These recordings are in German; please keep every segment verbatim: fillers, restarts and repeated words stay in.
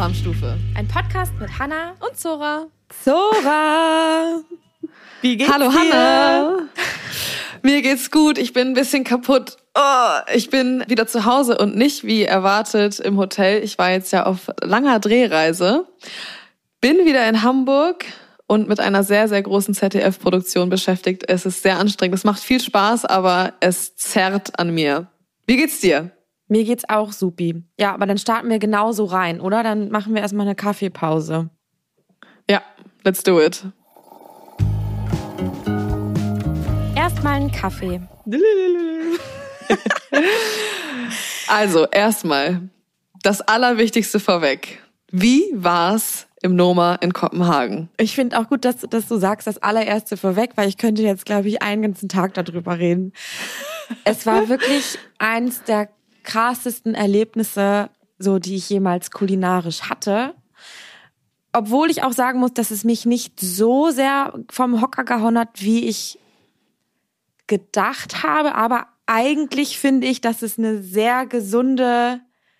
Alarmstufe. Ein Podcast mit Hannah und Zora. Zora! Wie geht's Hallo dir? Hannah! Mir geht's gut, ich bin ein bisschen kaputt. Oh, ich bin wieder zu Hause und nicht wie erwartet im Hotel. Ich war jetzt ja auf langer Drehreise. Bin wieder in Hamburg und mit einer sehr, sehr großen Z D F-Produktion beschäftigt. Es ist sehr anstrengend, es macht viel Spaß, aber es zerrt an mir. Wie geht's dir? Mir geht's auch supi. Ja, aber dann starten wir genauso rein, oder? Dann machen wir erstmal eine Kaffeepause. Ja, let's do it. Erstmal einen Kaffee. Also, erstmal das Allerwichtigste vorweg. Wie war's im Noma in Kopenhagen? Ich finde auch gut, dass, dass du sagst, das allererste vorweg, weil ich könnte jetzt, glaube ich, einen ganzen Tag darüber reden. Es war wirklich eins der krassesten Erlebnisse, so die ich jemals kulinarisch hatte. Obwohl ich auch sagen muss, dass es mich nicht so sehr vom Hocker gehauen hat, wie ich gedacht habe. Aber eigentlich finde ich, dass es eine sehr gesunde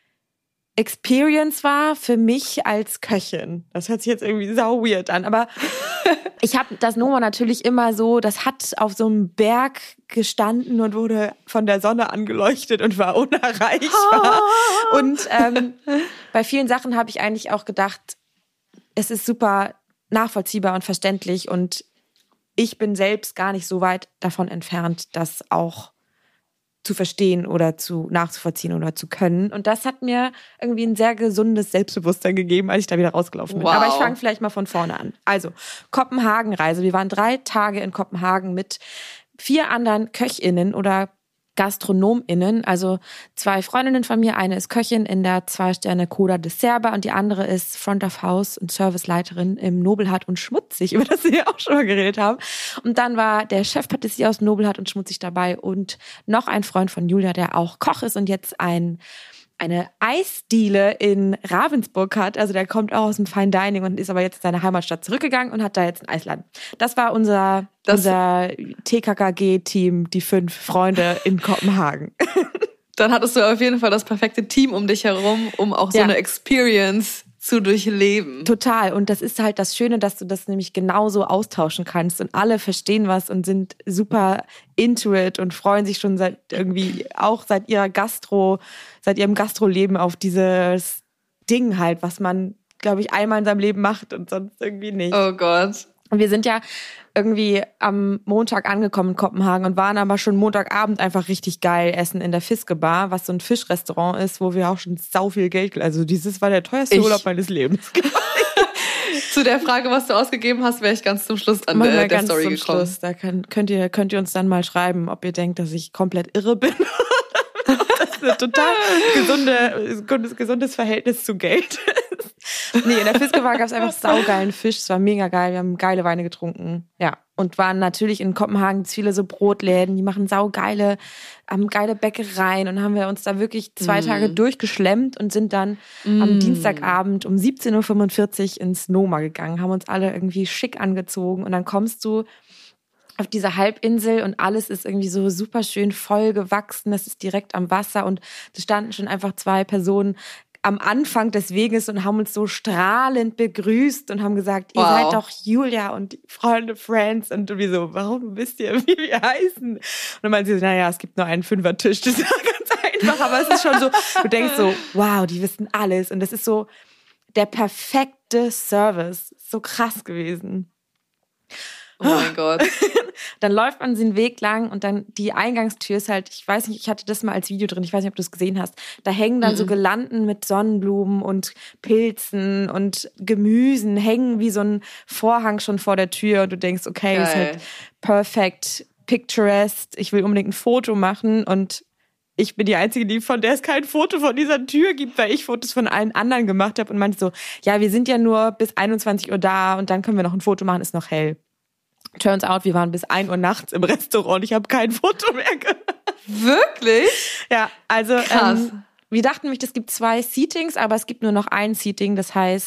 Experience war für mich als Köchin. Das hört sich jetzt irgendwie sau weird an, aber ich habe das Noma natürlich immer so, das hat auf so einem Berg gestanden und wurde von der Sonne angeleuchtet und war unerreichbar. Und ähm, bei vielen Sachen habe ich eigentlich auch gedacht, es ist super nachvollziehbar und verständlich und ich bin selbst gar nicht so weit davon entfernt, das auch zu verstehen oder zu nachzuvollziehen oder zu können. Und das hat mir irgendwie ein sehr gesundes Selbstbewusstsein gegeben, als ich da wieder rausgelaufen bin. Wow. Aber ich fange vielleicht mal von vorne an. Also, Kopenhagen-Reise. Wir waren drei Tage in Kopenhagen mit vier anderen KöchInnen oder GastronomInnen, also zwei Freundinnen von mir. Eine ist Köchin in der Zwei-Sterne Coda de Serba und die andere ist Front of House und Serviceleiterin im Nobelhart und Schmutzig, über das wir ja auch schon mal geredet haben. Und dann war der Chefpatissier aus Nobelhart und Schmutzig dabei und noch ein Freund von Julia, der auch Koch ist und jetzt ein eine Eisdiele in Ravensburg hat. Also der kommt auch aus dem Fine Dining und ist aber jetzt in seine Heimatstadt zurückgegangen und hat da jetzt einen Eisladen. Das war unser, das unser T K K G-Team, die fünf Freunde in Kopenhagen. Dann hattest du auf jeden Fall das perfekte Team um dich herum, um auch so ja. eine Experience zu durchleben. Total. Und das ist halt das Schöne, dass du das nämlich genauso austauschen kannst und alle verstehen was und sind super into it und freuen sich schon seit irgendwie auch seit ihrer Gastro, seit ihrem Gastroleben auf dieses Ding halt, was man, glaube ich, einmal in seinem Leben macht und sonst irgendwie nicht. Oh Gott. Und wir sind ja irgendwie am Montag angekommen in Kopenhagen und waren aber schon Montagabend einfach richtig geil essen in der Fiske Bar, was so ein Fischrestaurant ist, wo wir auch schon sau viel Geld, also dieses war der teuerste ich, Urlaub meines Lebens. Zu der Frage, was du ausgegeben hast, wäre ich ganz zum Schluss an der, der Story zum gekommen. Schluss. Da kann, könnt ihr könnt ihr uns dann mal schreiben, ob ihr denkt, dass ich komplett irre bin. Das ist ein total gesunde, gesundes Verhältnis zu Geld. Nee, in der Fiskebar gab es einfach saugeilen Fisch. Es war mega geil. Wir haben geile Weine getrunken. Ja. Und waren natürlich in Kopenhagen viele so Brotläden. Die machen saugeile, haben geile Bäckereien. Und haben wir uns da wirklich zwei mm. Tage durchgeschlemmt und sind dann mm. am Dienstagabend um siebzehn Uhr fünfundvierzig ins Noma gegangen. Haben uns alle irgendwie schick angezogen. Und dann kommst du auf dieser Halbinsel und alles ist irgendwie so super schön voll gewachsen. Das ist direkt am Wasser und da standen schon einfach zwei Personen am Anfang des Weges und haben uns so strahlend begrüßt und haben gesagt, ihr wow. seid doch Julia und die Freunde Friends. Und wir so, warum wisst ihr, wie wir heißen? Und dann meinen sie, naja, es gibt nur einen Fünfertisch. Das ist ja ganz einfach, aber es ist schon so, du denkst so, wow, die wissen alles. Und das ist so der perfekte Service. So krass gewesen. Oh mein Gott. Dann läuft man den Weg lang und dann die Eingangstür ist halt, ich weiß nicht, ich hatte das mal als Video drin, ich weiß nicht, ob du es gesehen hast. Da hängen dann mm-mm. so Girlanden mit Sonnenblumen und Pilzen und Gemüsen, hängen wie so ein Vorhang schon vor der Tür und du denkst, okay, Geil. Ist halt perfect, picturesque, ich will unbedingt ein Foto machen und ich bin die Einzige, die von der es kein Foto von dieser Tür gibt, weil ich Fotos von allen anderen gemacht habe und meinte so, ja, wir sind ja nur bis einundzwanzig Uhr da und dann können wir noch ein Foto machen, ist noch hell. Turns out, wir waren bis ein Uhr nachts im Restaurant und ich habe kein Foto mehr gemacht. Wirklich? Ja, also krass. Ähm, wir dachten nämlich, es gibt zwei Seatings, aber es gibt nur noch ein Seating, das heißt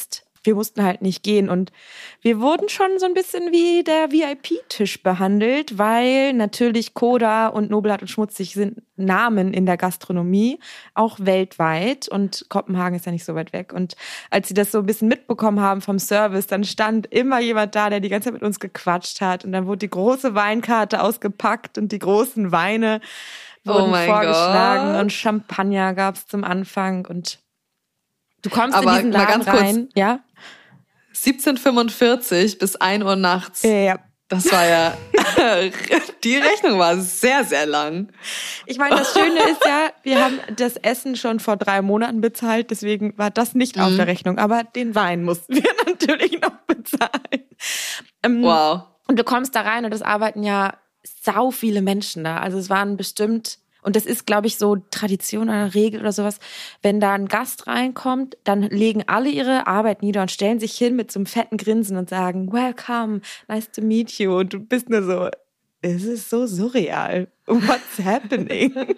wir mussten halt nicht gehen. Und wir wurden schon so ein bisschen wie der V I P-Tisch behandelt, weil natürlich Koda und Nobelhart und Schmutzig sind Namen in der Gastronomie, auch weltweit. Und Kopenhagen ist ja nicht so weit weg. Und als sie das so ein bisschen mitbekommen haben vom Service, dann stand immer jemand da, der die ganze Zeit mit uns gequatscht hat. Und dann wurde die große Weinkarte ausgepackt und die großen Weine wurden oh vorgeschlagen. Gott. Und Champagner gab's zum Anfang. Und du kommst Aber in diesen Laden mal ganz kurz, rein. Ja? siebzehn fünfundvierzig bis ein Uhr nachts. Ja. Das war ja, die Rechnung war sehr, sehr lang. Ich meine, das Schöne ist ja, wir haben das Essen schon vor drei Monaten bezahlt, deswegen war das nicht mhm. auf der Rechnung. Aber den Wein mussten wir natürlich noch bezahlen. Ähm, wow. Und du kommst da rein und es arbeiten ja sau viele Menschen da. Also es waren bestimmt... Und das ist, glaube ich, so Tradition oder Regel oder sowas. Wenn da ein Gast reinkommt, dann legen alle ihre Arbeit nieder und stellen sich hin mit so einem fetten Grinsen und sagen, welcome, nice to meet you. Und du bist nur so, es ist so surreal. What's happening? So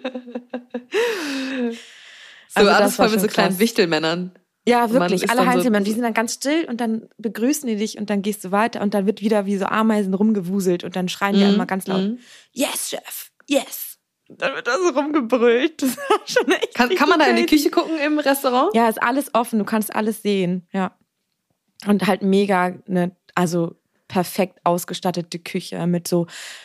also alles voll mit so krass. kleinen Wichtelmännern. Ja, wirklich, alle Heinzelmänner. So die sind dann ganz still und dann begrüßen die dich und dann gehst du weiter und dann wird wieder wie so Ameisen rumgewuselt und dann schreien die mm, immer ganz laut, mm. yes, Chef, yes. Dann wird da so rumgebrüllt. Das war schon echt kann, kann man da in die Küche gucken im Restaurant? Ja, ist alles offen. Du kannst alles sehen. Ja. Und halt mega, ne, also perfekt ausgestattete Küche mit so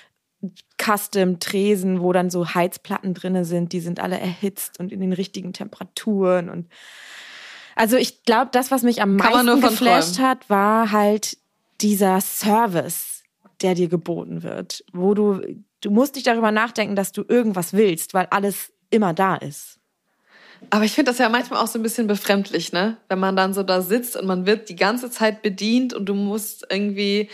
Custom-Tresen, wo dann so Heizplatten drinne sind. Die sind alle erhitzt und in den richtigen Temperaturen. Und also ich glaube, das, was mich am kann meisten geflasht hat, war halt dieser Service, der dir geboten wird, wo du Du musst nicht darüber nachdenken, dass du irgendwas willst, weil alles immer da ist. Aber ich finde das ja manchmal auch so ein bisschen befremdlich, ne? Wenn man dann so da sitzt und man wird die ganze Zeit bedient und du musst irgendwie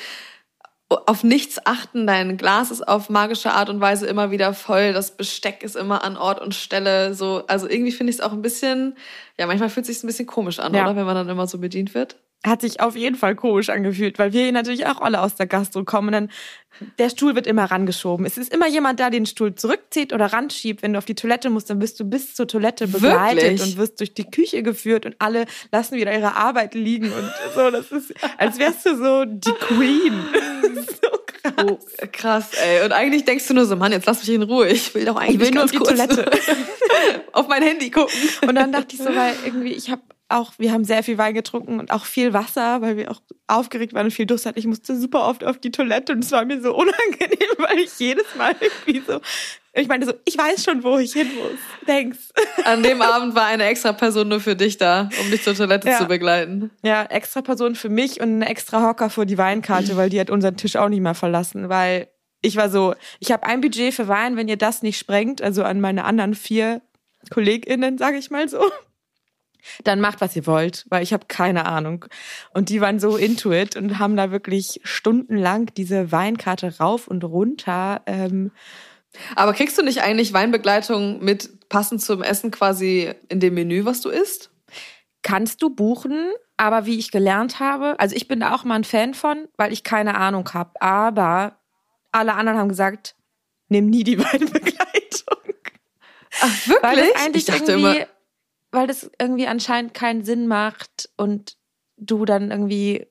auf nichts achten. Dein Glas ist auf magische Art und Weise immer wieder voll. Das Besteck ist immer an Ort und Stelle. So, also irgendwie finde ich es auch ein bisschen, ja, manchmal fühlt es sich ein bisschen komisch an, ja. oder? Wenn man dann immer so bedient wird. Hat sich auf jeden Fall komisch angefühlt, weil wir natürlich auch alle aus der Gastro kommen. Und dann, der Stuhl wird immer rangeschoben. Es ist immer jemand da, der den Stuhl zurückzieht oder ranschiebt. Wenn du auf die Toilette musst, dann bist du bis zur Toilette begleitet Wirklich? Und wirst durch die Küche geführt und alle lassen wieder ihre Arbeit liegen und so. Das ist, als wärst du so die Queen. So krass. Oh, krass, ey. Und eigentlich denkst du nur so, Mann, jetzt lass mich in Ruhe. Ich will doch eigentlich ich will nur auf die kurz Toilette. auf mein Handy gucken. Und dann dachte ich so, weil irgendwie, ich habe auch, wir haben sehr viel Wein getrunken und auch viel Wasser, weil wir auch aufgeregt waren und viel Durst hatten. Ich musste super oft auf die Toilette und es war mir so unangenehm, weil ich jedes Mal irgendwie so, ich meine so, ich weiß schon, wo ich hin muss. Thanks. An dem Abend war eine extra Person nur für dich da, um dich zur Toilette ja. zu begleiten. Ja, extra Person für mich und eine extra Hocker für die Weinkarte, weil die hat unseren Tisch auch nicht mehr verlassen, weil ich war so, ich habe ein Budget für Wein, wenn ihr das nicht sprengt, also an meine anderen vier KollegInnen, sage ich mal so, dann macht, was ihr wollt, weil ich habe keine Ahnung. Und die waren so into it und haben da wirklich stundenlang diese Weinkarte rauf und runter. Ähm Aber kriegst du nicht eigentlich Weinbegleitung mit passend zum Essen quasi in dem Menü, was du isst? Kannst du buchen, aber wie ich gelernt habe, also ich bin da auch mal ein Fan von, weil ich keine Ahnung habe, aber alle anderen haben gesagt, nimm nie die Weinbegleitung. Ach, wirklich? Weil das eigentlich ich dachte irgendwie... immer... weil das irgendwie anscheinend keinen Sinn macht und du dann irgendwie,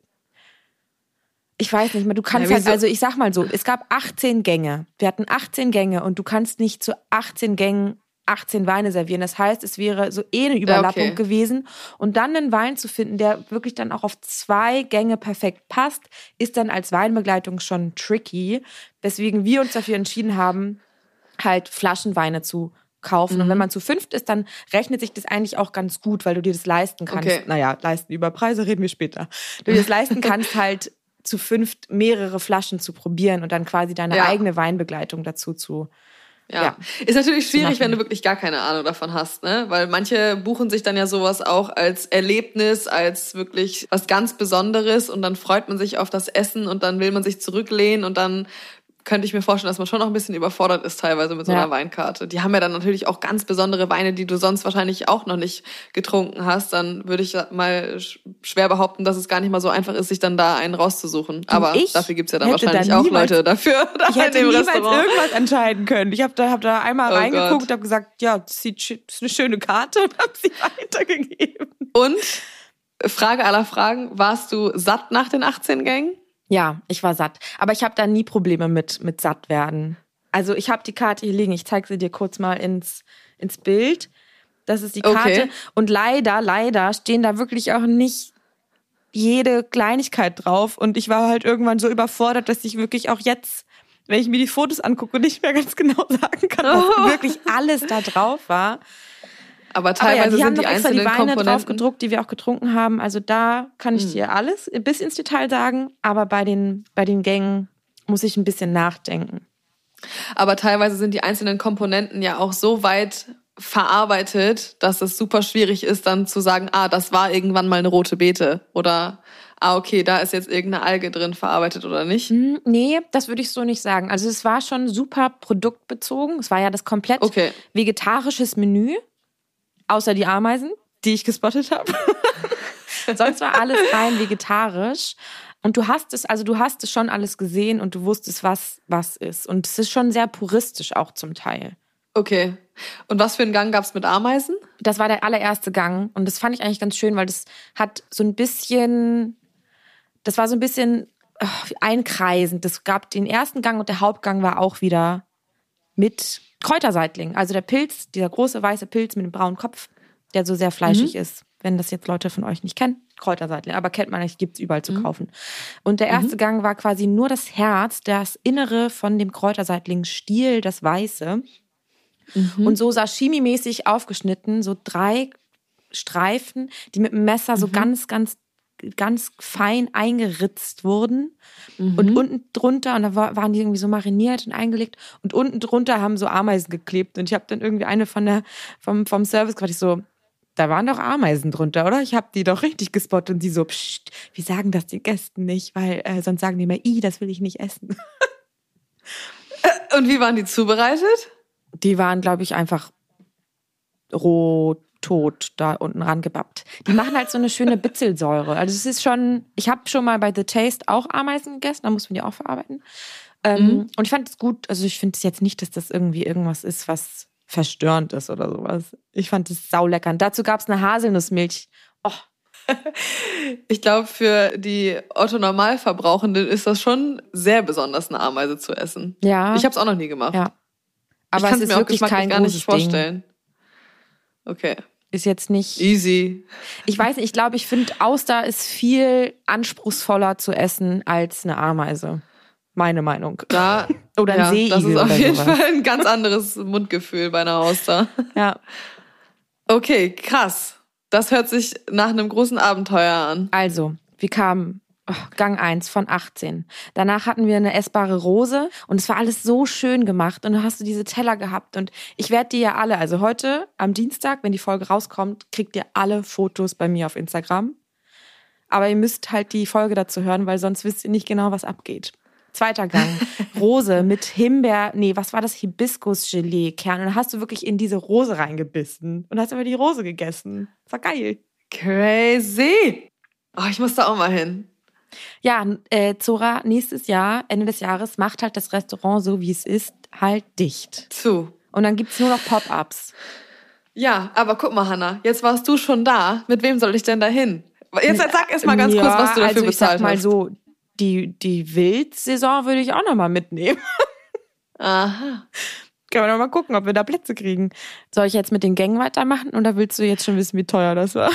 ich weiß nicht mehr, du kannst ja, halt, also ich sag mal so, es gab achtzehn Gänge. Wir hatten achtzehn Gänge und du kannst nicht zu achtzehn Gängen achtzehn Weine servieren. Das heißt, es wäre so eh eine Überlappung ja, okay. gewesen. Und dann einen Wein zu finden, der wirklich dann auch auf zwei Gänge perfekt passt, ist dann als Weinbegleitung schon tricky. Weswegen wir uns dafür entschieden haben, halt Flaschenweine zu kaufen. Mhm. Und wenn man zu fünft ist, dann rechnet sich das eigentlich auch ganz gut, weil du dir das leisten kannst. Okay. Naja, leisten über Preise reden wir später. Du dir das leisten kannst, halt zu fünft mehrere Flaschen zu probieren und dann quasi deine ja. eigene Weinbegleitung dazu zu Ja. ja. Ist natürlich schwierig, wenn du wirklich gar keine Ahnung davon hast, ne? Weil manche buchen sich dann ja sowas auch als Erlebnis, als wirklich was ganz Besonderes und dann freut man sich auf das Essen und dann will man sich zurücklehnen und dann könnte ich mir vorstellen, dass man schon noch ein bisschen überfordert ist teilweise mit so einer ja. Weinkarte. Die haben ja dann natürlich auch ganz besondere Weine, die du sonst wahrscheinlich auch noch nicht getrunken hast. Dann würde ich mal schwer behaupten, dass es gar nicht mal so einfach ist, sich dann da einen rauszusuchen. Aber ich dafür gibt's ja dann wahrscheinlich da auch Leute dafür. Da ich hätte in dem niemals Restaurant. irgendwas entscheiden können. Ich habe da, hab da einmal oh reingeguckt, habe gesagt, ja, das ist eine schöne Karte und habe sie weitergegeben. Und Frage aller Fragen, warst du satt nach den achtzehn Gängen? Ja, ich war satt. Aber ich habe da nie Probleme mit, mit satt werden. Also ich habe die Karte hier liegen. Ich zeige sie dir kurz mal ins, ins Bild. Das ist die Karte. Okay. Und leider, leider stehen da wirklich auch nicht jede Kleinigkeit drauf. Und ich war halt irgendwann so überfordert, dass ich wirklich auch jetzt, wenn ich mir die Fotos angucke, nicht mehr ganz genau sagen kann, was oh. wirklich alles da drauf war. Aber teilweise Aber ja, die sind haben die extra einzelnen die Weine Komponenten drauf gedruckt, die wir auch getrunken haben. Also da kann ich hm. dir alles bis ins Detail sagen. Aber bei den, bei den Gängen muss ich ein bisschen nachdenken. Aber teilweise sind die einzelnen Komponenten ja auch so weit verarbeitet, dass es super schwierig ist, dann zu sagen, ah, das war irgendwann mal eine rote Beete. Oder, ah, okay, da ist jetzt irgendeine Alge drin verarbeitet oder nicht. Nee, das würde ich so nicht sagen. Also es war schon super produktbezogen. Es war ja das komplett okay. vegetarisches Menü. Außer die Ameisen, die ich gespottet habe. Sonst war alles rein vegetarisch. Und du hast es, also du hast es schon alles gesehen und du wusstest, was was ist. Und es ist schon sehr puristisch auch zum Teil. Okay. Und was für einen Gang gab's mit Ameisen? Das war der allererste Gang. Und das fand ich eigentlich ganz schön, weil das hat so ein bisschen, das war so ein bisschen oh, einkreisend. Es gab den ersten Gang und der Hauptgang war auch wieder mit Kräuterseitling, also der Pilz, dieser große weiße Pilz mit dem braunen Kopf, der so sehr fleischig mhm. ist. Wenn das jetzt Leute von euch nicht kennen, Kräuterseitling, aber kennt man nicht, gibt's überall zu mhm. kaufen. Und der erste mhm. Gang war quasi nur das Herz, das Innere von dem Kräuterseitling-Stiel, das Weiße. Mhm. Und so Sashimi-mäßig aufgeschnitten, so drei Streifen, die mit dem Messer so mhm. ganz, ganz ganz fein eingeritzt wurden mhm. und unten drunter, und da waren die irgendwie so mariniert und eingelegt und unten drunter haben so Ameisen geklebt und ich habe dann irgendwie eine von der vom, vom Service gefragt, ich so, da waren doch Ameisen drunter, oder? Ich habe die doch richtig gespottet und die so, pst, wir sagen das den Gästen nicht, weil äh, sonst sagen die immer, i, das will ich nicht essen. Und wie waren die zubereitet? Die waren, glaube ich, einfach roh tot da unten rangebappt. Die machen halt so eine schöne Bitzelsäure. Also es ist schon, ich habe schon mal bei The Taste auch Ameisen gegessen, da muss man die auch verarbeiten. Ähm, mhm. Und ich fand es gut, also ich finde es jetzt nicht, dass das irgendwie irgendwas ist, was verstörend ist oder sowas. Ich fand es saulecker. Und dazu gab es eine Haselnussmilch. Oh. Ich glaube, für die Otto-Normalverbrauchenden ist das schon sehr besonders, eine Ameise zu essen. Ja. Ich habe es auch noch nie gemacht. Ja. Aber ich es ist mir wirklich kein gar nicht vorstellen. Ding. Okay. Ist jetzt nicht... Easy. Ich weiß nicht, ich glaube, ich finde, Auster ist viel anspruchsvoller zu essen als eine Ameise. Meine Meinung. Da, oder ein ja, Seeigel. Das ist auf jeden sowas. Fall ein ganz anderes Mundgefühl bei einer Auster. Ja. Okay, krass. Das hört sich nach einem großen Abenteuer an. Also, wir kamen... Gang eins von achtzehn. Danach hatten wir eine essbare Rose und es war alles so schön gemacht und dann hast du diese Teller gehabt und ich werde dir ja alle, also heute am Dienstag, wenn die Folge rauskommt, kriegt ihr alle Fotos bei mir auf Instagram. Aber ihr müsst halt die Folge dazu hören, weil sonst wisst ihr nicht genau, was abgeht. Zweiter Gang, Rose mit Himbeer, nee, was war das? Hibiskus-Gelee-Kern. Und dann hast du wirklich in diese Rose reingebissen und hast aber die Rose gegessen. Das war geil. Crazy. Oh, ich muss da auch mal hin. Ja, äh, Zora, nächstes Jahr, Ende des Jahres, macht halt das Restaurant, so wie es ist, halt dicht. Zu. Und dann gibt's nur noch Pop-Ups. Ja, aber guck mal, Hannah, jetzt warst du schon da. Mit wem soll ich denn da hin? Jetzt sag erst mal ganz ja, kurz, was du dafür also ich bezahlt sag mal hast. so, die, die Wildsaison würde ich auch noch mal mitnehmen. Aha. Können wir noch mal gucken, ob wir da Plätze kriegen. Soll ich jetzt mit den Gängen weitermachen oder willst du jetzt schon wissen, wie teuer das war?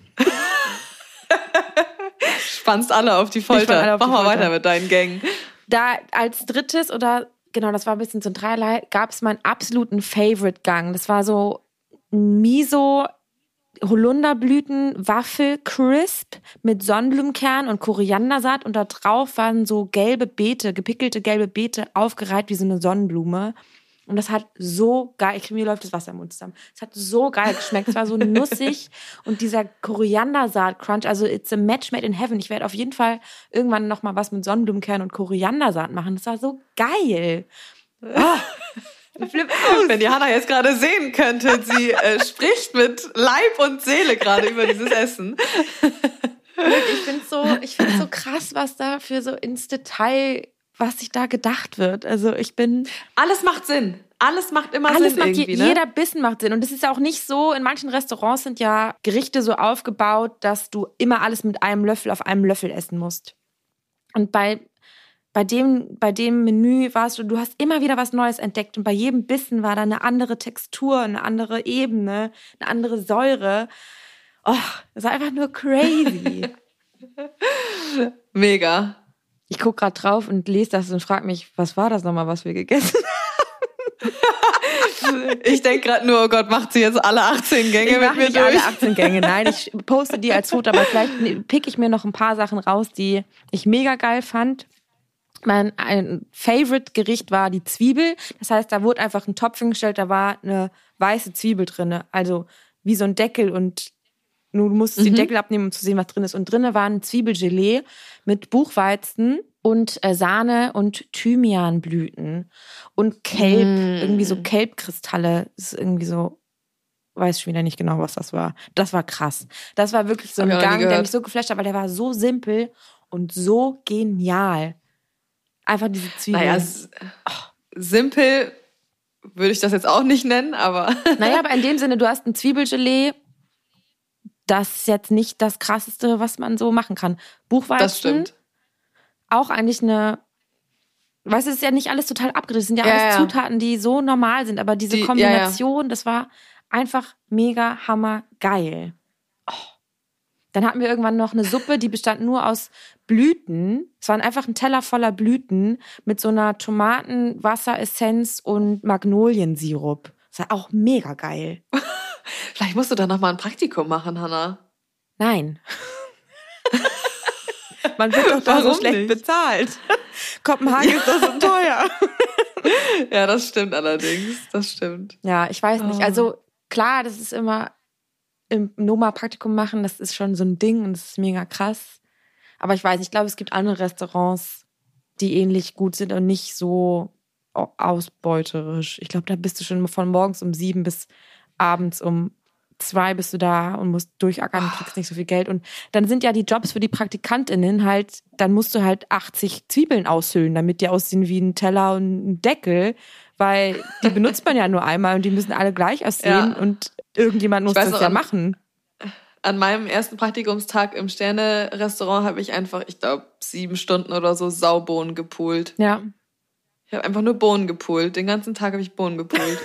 Spannst alle auf die Folter. Alle auf Mach die mal Folter. weiter mit deinen Gängen. Da als drittes oder, genau, das war ein bisschen so ein Dreierlei, gab es meinen absoluten Favorite-Gang. Das war so ein Miso Holunderblüten Waffel Crisp mit Sonnenblumenkern und Koriandersaat und da drauf waren so gelbe Beete, gepickelte gelbe Beete aufgereiht wie so eine Sonnenblume. Und das hat so geil, ich kriege, mir läuft das Wasser im Mund zusammen. Es hat so geil geschmeckt. Es war so nussig und dieser Koriandersaat-Crunch, also it's a match made in heaven. Ich werde auf jeden Fall irgendwann noch mal was mit Sonnenblumenkern und Koriandersaat machen. Das war so geil. Oh, wenn die Hannah jetzt gerade sehen könnte, sie äh, spricht mit Leib und Seele gerade über dieses Essen. Ich finde es so, ich find's so krass, was da für so ins Detail... was sich da gedacht wird. Also ich bin... Alles macht Sinn. Alles macht immer Alles Sinn macht irgendwie, je, ne? Jeder Bissen macht Sinn. Und es ist auch nicht so, in manchen Restaurants sind ja Gerichte so aufgebaut, dass du immer alles mit einem Löffel auf einem Löffel essen musst. Und bei, bei, dem, bei dem Menü warst du, du hast immer wieder was Neues entdeckt. Und bei jedem Bissen war da eine andere Textur, eine andere Ebene, eine andere Säure. Oh, das war einfach nur crazy. Mega. Ich gucke gerade drauf und lese das und frage mich, was war das nochmal, was wir gegessen haben? Ich denke gerade nur, oh Gott, macht sie jetzt alle achtzehn Gänge ich mit mir nicht durch? alle achtzehn Gänge, nein, ich poste die als Foto, aber vielleicht pick ich mir noch ein paar Sachen raus, die ich mega geil fand. Mein ein Favorite-Gericht war die Zwiebel. Das heißt, da wurde einfach ein Topf hingestellt, da war eine weiße Zwiebel drin. Also wie so ein Deckel und du musstest mhm. den Deckel abnehmen, um zu sehen, was drin ist. Und drinnen war ein Zwiebelgelee mit Buchweizen und äh, Sahne und Thymianblüten und Kelb, mm. irgendwie so Kelbkristalle. Das ist irgendwie so, weiß schon wieder nicht genau, was das war. Das war krass. Das war wirklich so ein Gang, der mich so geflasht hat, weil der war so simpel und so genial. Einfach diese Zwiebeln. Naja, oh. simpel würde ich das jetzt auch nicht nennen, aber... Naja, aber in dem Sinne, du hast ein Zwiebelgelee, das ist jetzt nicht das Krasseste, was man so machen kann. Buchweizen. Das stimmt. Auch eigentlich eine, weißt du, es ist ja nicht alles total abgedreht. Es sind ja, ja alles ja. Zutaten, die so normal sind. Aber diese die, Kombination, ja, ja. das war einfach mega hammergeil. Oh. Dann hatten wir irgendwann noch eine Suppe, die bestand nur aus Blüten. Es war einfach ein Teller voller Blüten mit so einer Tomatenwasseressenz und Magnoliensirup. Das war auch mega geil. Vielleicht musst du da noch mal ein Praktikum machen, Hannah. Nein. Man wird doch da Warum so schlecht nicht? bezahlt. Kopenhagen ja. ist doch so teuer. Ja, das stimmt allerdings. Das stimmt. Ja, ich weiß nicht. Also klar, das ist immer im Noma-Praktikum machen, das ist schon so ein Ding und das ist mega krass. Aber ich weiß, ich glaube, es gibt andere Restaurants, die ähnlich gut sind und nicht so ausbeuterisch. Ich glaube, da bist du schon von morgens um sieben bis abends um zwei bist du da und musst durchackern und kriegst nicht so viel Geld. Und dann sind ja die Jobs für die PraktikantInnen halt, dann musst du halt achtzig Zwiebeln aushöhlen, damit die aussehen wie ein Teller und ein Deckel, weil die benutzt man ja nur einmal und die müssen alle gleich aussehen ja. und irgendjemand muss das noch, ja an, machen. An meinem ersten Praktikumstag im Sterne-Restaurant habe ich einfach, ich glaube, sieben Stunden oder so Saubohnen gepult. Ja. Ich habe einfach nur Bohnen gepult. Den ganzen Tag habe ich Bohnen gepult.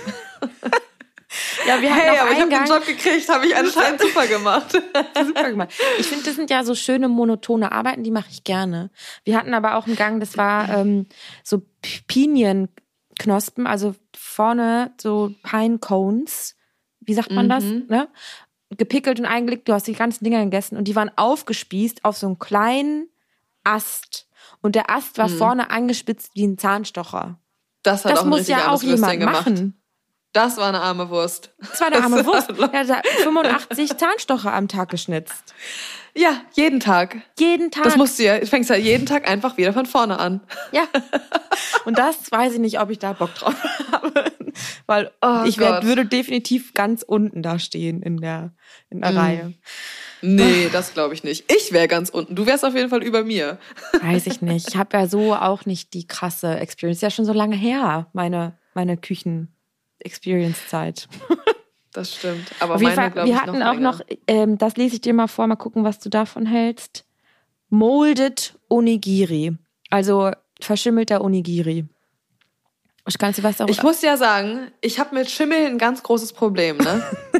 Ja, wir hey, hatten aber Eingang. Ich habe den Job gekriegt, habe ich anscheinend super gemacht. Super gemacht. Ich finde, das sind ja so schöne, monotone Arbeiten, die mache ich gerne. Wir hatten aber auch einen Gang, das war ähm, so Pinienknospen, also vorne so Pine Cones. Wie sagt man das? Mhm. Ne? Gepickelt und eingelegt, du hast die ganzen Dinger gegessen und die waren aufgespießt auf so einen kleinen Ast. Und der Ast war mhm. vorne angespitzt wie ein Zahnstocher. Das hat das auch ein muss ja auch jemand gemacht. machen. Das war eine arme Wurst. Das war eine arme Wurst. Er hat fünfundachtzig Zahnstocher am Tag geschnitzt. Ja, jeden Tag. Jeden Tag. Das musst du ja, du fängst ja jeden Tag einfach wieder von vorne an. Ja. Und das weiß ich nicht, ob ich da Bock drauf habe. Weil oh ich werd, würde definitiv ganz unten da stehen in der, in der mm. Reihe. Nee, das glaube ich nicht. Ich wäre ganz unten. Du wärst auf jeden Fall über mir. Weiß ich nicht. Ich habe ja so auch nicht die krasse Experience. Ist ja schon so lange her, meine, meine Küchen-Experience-Zeit. Das stimmt. Aber auf jeden meine, Fall, wir ich, hatten noch auch noch, ähm, das lese ich dir mal vor, mal gucken, was du davon hältst. Molded Onigiri. Also verschimmelter Onigiri. Ich, kann was ich muss ja sagen, ich habe mit Schimmel ein ganz großes Problem, ne?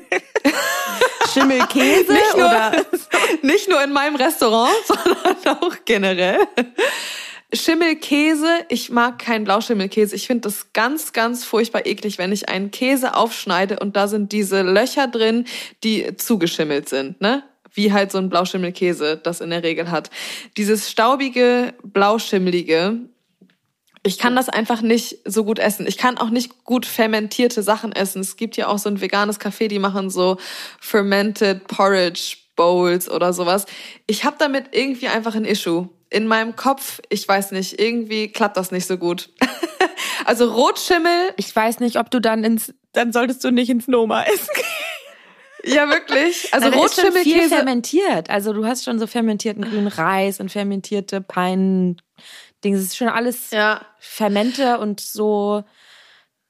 Schimmelkäse? Nicht nur, oder? nicht nur in meinem Restaurant, sondern auch generell. Schimmelkäse, ich mag keinen Blauschimmelkäse. Ich finde das ganz, ganz furchtbar eklig, wenn ich einen Käse aufschneide und da sind diese Löcher drin, die zugeschimmelt sind, ne? Wie halt so ein Blauschimmelkäse das in der Regel hat. Dieses staubige, blauschimmelige, ich kann das einfach nicht so gut essen. Ich kann auch nicht gut fermentierte Sachen essen. Es gibt ja auch so ein veganes Café, die machen so Fermented Porridge Bowls oder sowas. Ich habe damit irgendwie einfach ein Issue. In meinem Kopf, ich weiß nicht, irgendwie klappt das nicht so gut. Also Rotschimmel. Ich weiß nicht, ob du dann ins, dann solltest du nicht ins Noma essen gehen. Ja, wirklich. Also Nein, Rotschimmelkäse. Ist schon viel fermentiert. Also du hast schon so fermentierten grünen Reis und fermentierte Pein. Dings. Es ist schon alles ja. Fermente und so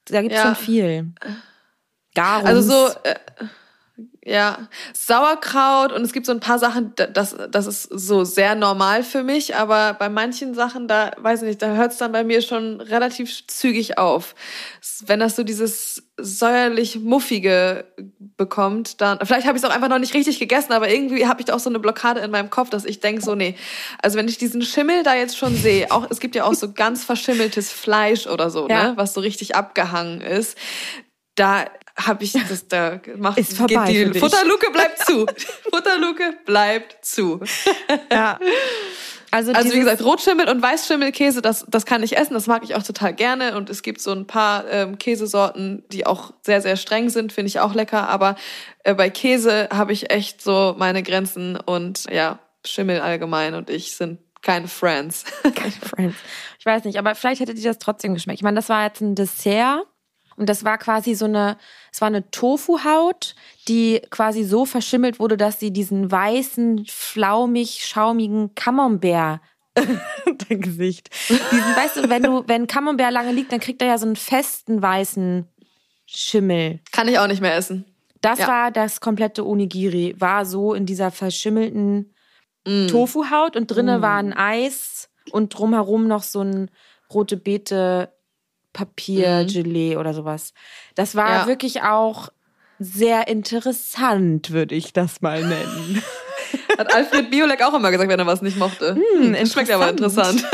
Da gibt's Ja. schon viel. Garums. Also so, äh, ja, Sauerkraut und es gibt so ein paar Sachen, da- das, das ist so sehr normal für mich, aber bei manchen Sachen, da, weiß ich nicht, da hört es dann bei mir schon relativ zügig auf. S- Wenn das so dieses säuerlich-muffige bekommt, dann, vielleicht habe ich es auch einfach noch nicht richtig gegessen, aber irgendwie habe ich da auch so eine Blockade in meinem Kopf, dass ich denke so, nee, also wenn ich diesen Schimmel da jetzt schon sehe, auch, es gibt ja auch so ganz verschimmeltes Fleisch oder so, Ja. ne, was so richtig abgehangen ist, da habe ich das, da macht Ist vorbei geht für die dich. Futterluke bleibt zu. Futterluke bleibt zu. Ja. Also, Also wie dieses- gesagt, Rotschimmel und Weißschimmelkäse, das, das kann ich essen, das mag ich auch total gerne. Und es gibt so ein paar ähm, Käsesorten, die auch sehr, sehr streng sind, finde ich auch lecker. Aber äh, bei Käse habe ich echt so meine Grenzen und ja, Schimmel allgemein und ich sind keine Friends. Keine Friends. Ich weiß nicht, aber vielleicht hätte dir das trotzdem geschmeckt. Ich meine, das war jetzt ein Dessert und das war quasi so eine, es war eine Tofuhaut, die quasi so verschimmelt wurde, dass sie diesen weißen, flaumig, schaumigen Camembert dein Gesicht. Diesen, weißt du, wenn du, wenn Camembert lange liegt, dann kriegt er ja so einen festen weißen Schimmel. Kann ich auch nicht mehr essen. Das Ja. war das komplette Onigiri, war so in dieser verschimmelten Mm. Tofuhaut und drinnen war ein Eis und drumherum noch so ein rote Beete Papier, Gelee oder sowas. Das war Ja. wirklich auch sehr interessant, würde ich das mal nennen. Hat Alfred Biolek auch immer gesagt, wenn er was nicht mochte. Hm, das schmeckt aber interessant.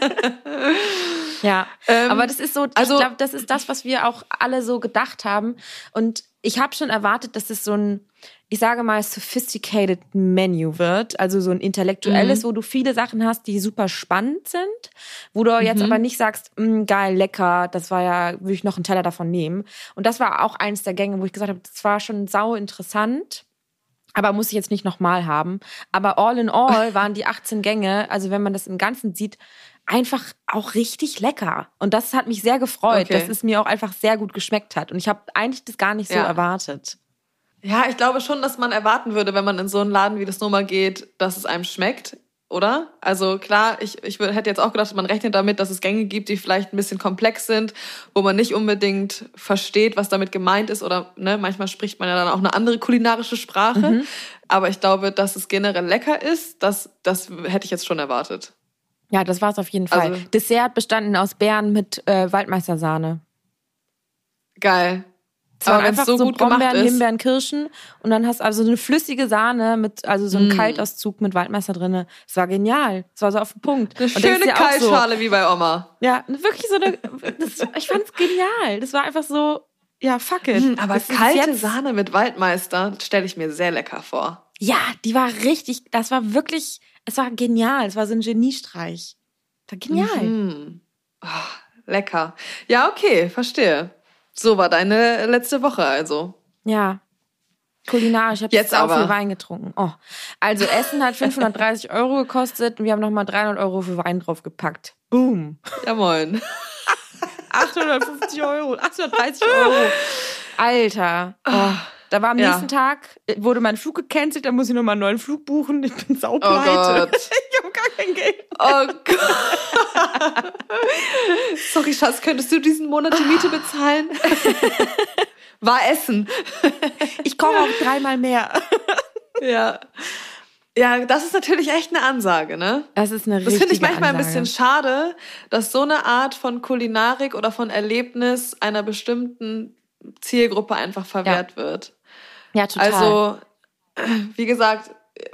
Ja, Ähm, aber das ist so, also- ich glaube, das ist das, was wir auch alle so gedacht haben. Und ich habe schon erwartet, dass es so ein, ich sage mal, sophisticated Menu wird. Also so ein intellektuelles, Mhm. wo du viele Sachen hast, die super spannend sind. Wo du jetzt Mhm. aber nicht sagst, "Mm, geil, lecker, das war ja, würde ich noch einen Teller davon nehmen." Und das war auch eins der Gänge, wo ich gesagt habe, das war schon sau interessant. Aber muss ich jetzt nicht nochmal haben. Aber all in all waren die achtzehn Gänge, also wenn man das im Ganzen sieht, einfach auch richtig lecker. Und das hat mich sehr gefreut, Okay. dass es mir auch einfach sehr gut geschmeckt hat. Und ich habe eigentlich das gar nicht so Ja. erwartet. Ja, ich glaube schon, dass man erwarten würde, wenn man in so einen Laden wie das Noma geht, dass es einem schmeckt, oder? Also klar, ich, ich wür- hätte jetzt auch gedacht, man rechnet damit, dass es Gänge gibt, die vielleicht ein bisschen komplex sind, wo man nicht unbedingt versteht, was damit gemeint ist. Oder ne, manchmal spricht man ja dann auch eine andere kulinarische Sprache. Mhm. Aber ich glaube, dass es generell lecker ist, das, das hätte ich jetzt schon erwartet. Ja, das war es auf jeden Fall. Also- Dessert bestanden aus Beeren mit äh, Waldmeistersahne. Geil. Es waren Aber wenn es einfach so so gut gemacht Brombeeren, ist. Himbeeren, Kirschen und dann hast du also so eine flüssige Sahne mit, also so einen Mm. Kaltauszug mit Waldmeister drinne. Es war genial. Es war so auf den Punkt. Eine Und denkst schöne dir auch so, Kaltschale wie bei Oma. ja, wirklich so eine, das, ich fand's genial. Das war einfach so, ja, fuck it. Hm, aber Das ist kalte jetzt- Sahne mit Waldmeister stelle ich mir sehr lecker vor. Ja, die war richtig, das war wirklich, es war genial. Es war so ein Geniestreich. War genial. Mhm. Oh, lecker. Ja, okay, verstehe. So war deine letzte Woche also. Ja. Kulinarisch, ich habe Jetzt jetzt auch aber. viel Wein getrunken. Oh. Also Essen hat fünfhundertdreißig Euro gekostet und wir haben nochmal dreihundert Euro für Wein draufgepackt. Boom. Ja, moin. achthundertfünfzig Euro, achthundertdreißig Euro. Alter. Oh. Da war am Ja. nächsten Tag, wurde mein Flug gecancelt, da muss ich nochmal einen neuen Flug buchen. Ich bin Oh saupleite. Gott. Ich habe gar kein Geld. Oh Gott. Sorry, Schatz, könntest du diesen Monat die Miete bezahlen? War Essen. Ich koche auch dreimal mehr. Ja. Ja, das ist natürlich echt eine Ansage, ne? Das ist eine Das richtige finde ich manchmal ein Ansage. bisschen schade, dass so eine Art von Kulinarik oder von Erlebnis einer bestimmten Zielgruppe einfach verwehrt wird. Ja, total. Also, wie gesagt,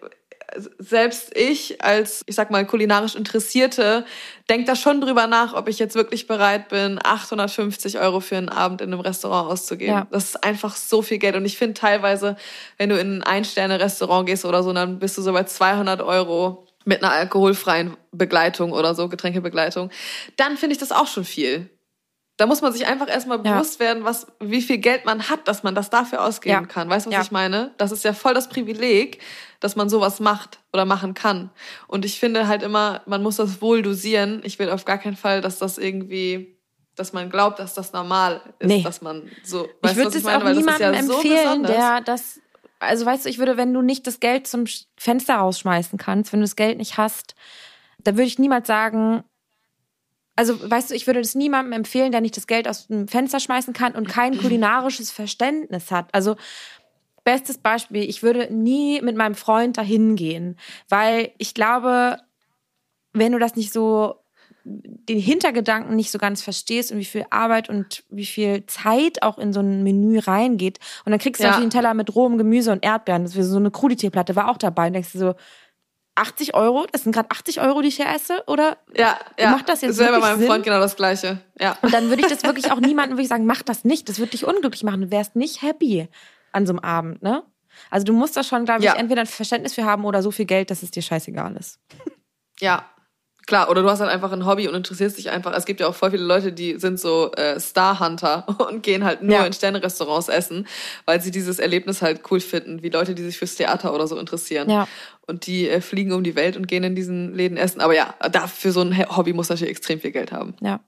selbst ich als, ich sag mal, kulinarisch Interessierte, denke da schon drüber nach, ob ich jetzt wirklich bereit bin, achthundertfünfzig Euro für einen Abend in einem Restaurant auszugeben. Ja. Das ist einfach so viel Geld. Und ich finde teilweise, wenn du in ein Ein-Sterne-Restaurant gehst oder so, dann bist du so bei zweihundert Euro mit einer alkoholfreien Begleitung oder so, Getränkebegleitung. Dann finde ich das auch schon viel. Da muss man sich einfach erstmal Ja. bewusst werden, was, wie viel Geld man hat, dass man das dafür ausgeben Ja. kann. Weißt du, was Ja. ich meine? Das ist ja voll das Privileg, dass man sowas macht oder machen kann. Und ich finde halt immer, man muss das wohl dosieren. Ich will auf gar keinen Fall, dass das irgendwie, dass man glaubt, dass das normal ist, Nee. dass man so, Ich weißt du, würde was ich es meine? auch Weil das ist niemandem ja so empfehlen, besonders. der das, also weißt du, ich würde, wenn du nicht das Geld zum Sch- Fenster rausschmeißen kannst, wenn du das Geld nicht hast, dann würde ich niemals sagen, Also, weißt du, ich würde das niemandem empfehlen, der nicht das Geld aus dem Fenster schmeißen kann und kein kulinarisches Verständnis hat. Also, bestes Beispiel, ich würde nie mit meinem Freund dahin gehen, weil ich glaube, wenn du das nicht so, den Hintergedanken nicht so ganz verstehst und wie viel Arbeit und wie viel Zeit auch in so ein Menü reingeht und dann kriegst du Ja. natürlich einen Teller mit rohem Gemüse und Erdbeeren, das wäre so eine Kruditierplatte, war auch dabei und denkst du so, achtzig Euro, das sind gerade achtzig Euro, die ich hier esse, oder? Ja, ja. Macht das jetzt das wäre bei wirklich meinem Sinn? Freund genau das Gleiche. Ja. Und dann würde ich das wirklich auch niemandem würde ich sagen, mach das nicht, das würde dich unglücklich machen, du wärst nicht happy an so einem Abend, ne? Also du musst da schon, glaube ich, Ja. entweder ein Verständnis für haben oder so viel Geld, dass es dir scheißegal ist. Ja, klar. Oder du hast halt einfach ein Hobby und interessierst dich einfach. Es gibt ja auch voll viele Leute, die sind so äh, Star-Hunter und gehen halt nur Ja. in Sterne-Restaurants essen, weil sie dieses Erlebnis halt cool finden, wie Leute, die sich fürs Theater oder so interessieren. Ja. Und die äh, fliegen um die Welt und gehen in diesen Läden essen. Aber ja, da für so ein Hobby muss natürlich extrem viel Geld haben. Ja.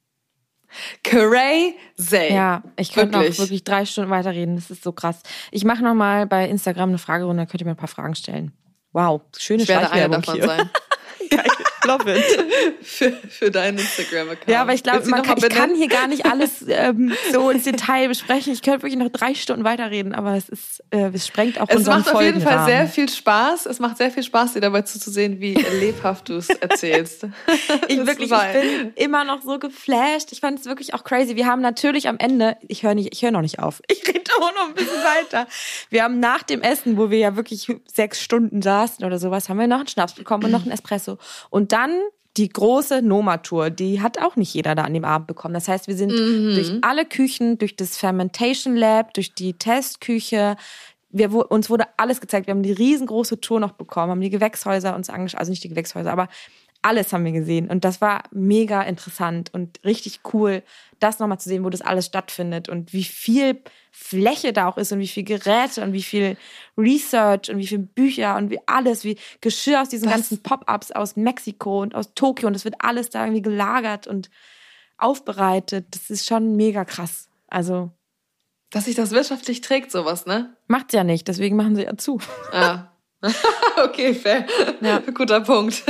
Crazy. Ja, ich könnte noch Wirklich. wirklich drei Stunden weiterreden. Das ist so krass. Ich mache noch mal bei Instagram eine Fragerunde, da könnt ihr mir ein paar Fragen stellen. Wow, schöne Ich werde eine Schleichwerbung davon hier. sein. Geil, love it. für, für deinen Instagram-Account. Ja, aber ich glaube, Willst du man noch kann, mal ich kann benennen? hier gar nicht alles ähm, so ins Detail besprechen. Ich könnte wirklich noch drei Stunden weiterreden, aber es ist, äh, es sprengt auch Es unseren macht auf jeden Fall Folgenrahmen. sehr viel Spaß. Es macht sehr viel Spaß, dir dabei zuzusehen, wie lebhaft du es erzählst. Ich Das wirklich, war- ich bin immer noch so geflasht. Ich fand es wirklich auch crazy. Wir haben natürlich am Ende, ich höre nicht, ich höre noch nicht auf. Ich rede auch noch ein bisschen weiter. Wir haben nach dem Essen, wo wir ja wirklich sechs Stunden saßen oder sowas, haben wir noch einen Schnaps bekommen und noch einen Espresso. Und dann die große Noma-Tour, die hat auch nicht jeder da an dem Abend bekommen. Das heißt, wir sind durch alle Küchen, durch das Fermentation Lab, durch die Testküche, wir, wo- uns wurde alles gezeigt. Wir haben die riesengroße Tour noch bekommen, haben die Gewächshäuser uns angeschaut, also nicht die Gewächshäuser, aber alles haben wir gesehen. Und das war mega interessant und richtig cool, das nochmal zu sehen, wo das alles stattfindet und wie viel Fläche da auch ist und wie viel Geräte und wie viel Research und wie viel Bücher und wie alles, wie Geschirr aus diesen Was? ganzen Pop-ups aus Mexiko und aus Tokio und das wird alles da irgendwie gelagert und aufbereitet. Das ist schon mega krass. Also Dass sich das wirtschaftlich trägt, sowas, ne? macht's ja nicht, deswegen machen sie ja zu. Ja. Okay, fair. Ja. Guter Punkt.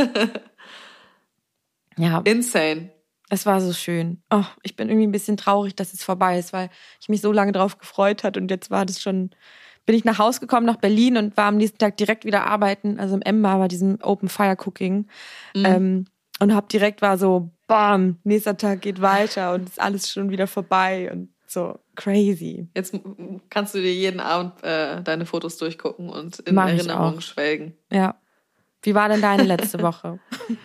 Ja, Insane. es war so schön. Oh, ich bin irgendwie ein bisschen traurig, dass es vorbei ist, weil ich mich so lange drauf gefreut hatte und jetzt war das schon, bin ich nach Hause gekommen, nach Berlin und war am nächsten Tag direkt wieder arbeiten, also im Emma bei diesem Open Fire Cooking ähm, und hab direkt war so, bam, nächster Tag geht weiter und ist alles schon wieder vorbei und so crazy. Jetzt m- kannst du dir jeden Abend äh, deine Fotos durchgucken und in Mach ich Erinnerungen auch. schwelgen. Ja. Wie war denn deine letzte Woche?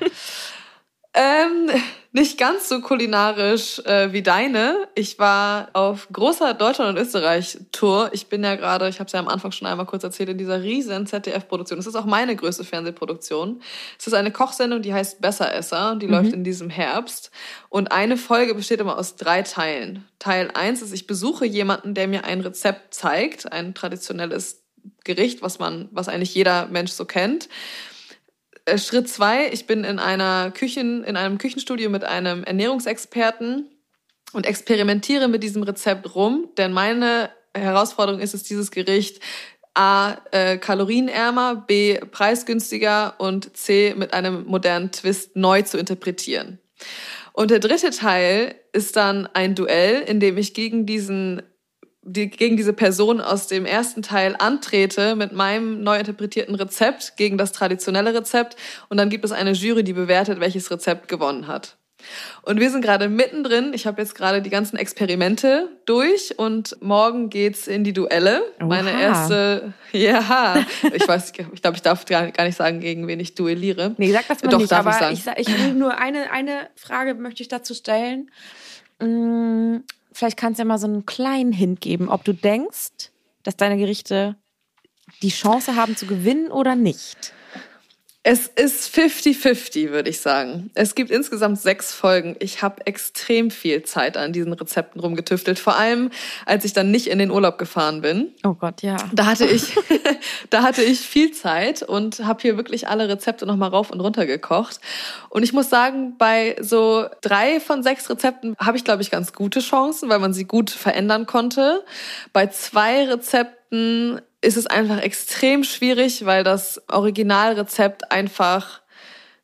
Ähm, nicht ganz so kulinarisch äh, wie deine. Ich war auf großer Deutschland- und Österreich-Tour. Ich bin ja gerade, ich habe es ja am Anfang schon einmal kurz erzählt, in dieser riesen Z D F-Produktion. Es ist auch meine größte Fernsehproduktion. Es ist eine Kochsendung, die heißt Besseresser und die läuft in diesem Herbst. Und eine Folge besteht immer aus drei Teilen. Teil eins ist, ich besuche jemanden, der mir ein Rezept zeigt, ein traditionelles Gericht, was man, was eigentlich jeder Mensch so kennt. Äh, Schritt zwei, ich bin in einer Küchen, in einem Küchenstudio mit einem Ernährungsexperten und experimentiere mit diesem Rezept rum, denn meine Herausforderung ist es, dieses Gericht A, äh, kalorienärmer, B, preisgünstiger und C, mit einem modernen Twist neu zu interpretieren. Und der dritte Teil ist dann ein Duell, in dem ich gegen diesen die, gegen diese Person aus dem ersten Teil antrete mit meinem neu interpretierten Rezept gegen das traditionelle Rezept und dann gibt es eine Jury, die bewertet, welches Rezept gewonnen hat. Und wir sind gerade mittendrin. Ich habe jetzt gerade die ganzen Experimente durch und morgen geht's in die Duelle. Oha. Meine erste, ja, ich weiß, ich glaube, ich darf gar nicht sagen, gegen wen ich duelliere. Nee, sag das mal Doch, nicht, darf aber ich sagen. ich, sa- ich will nur eine, eine Frage möchte ich dazu stellen. Mm, Vielleicht kannst du ja mal so einen kleinen Hint geben, ob du denkst, dass deine Gerichte die Chance haben zu gewinnen oder nicht. Es ist fifty fifty, würde ich sagen. Es gibt insgesamt sechs Folgen. Ich habe extrem viel Zeit an diesen Rezepten rumgetüftelt. Vor allem, als ich dann nicht in den Urlaub gefahren bin. Oh Gott, ja. Da hatte ich, da hatte ich viel Zeit und habe hier wirklich alle Rezepte nochmal rauf und runter gekocht. Und ich muss sagen, bei so drei von sechs Rezepten habe ich, glaube ich, ganz gute Chancen, weil man sie gut verändern konnte. Bei zwei Rezepten ist es einfach extrem schwierig, weil das Originalrezept einfach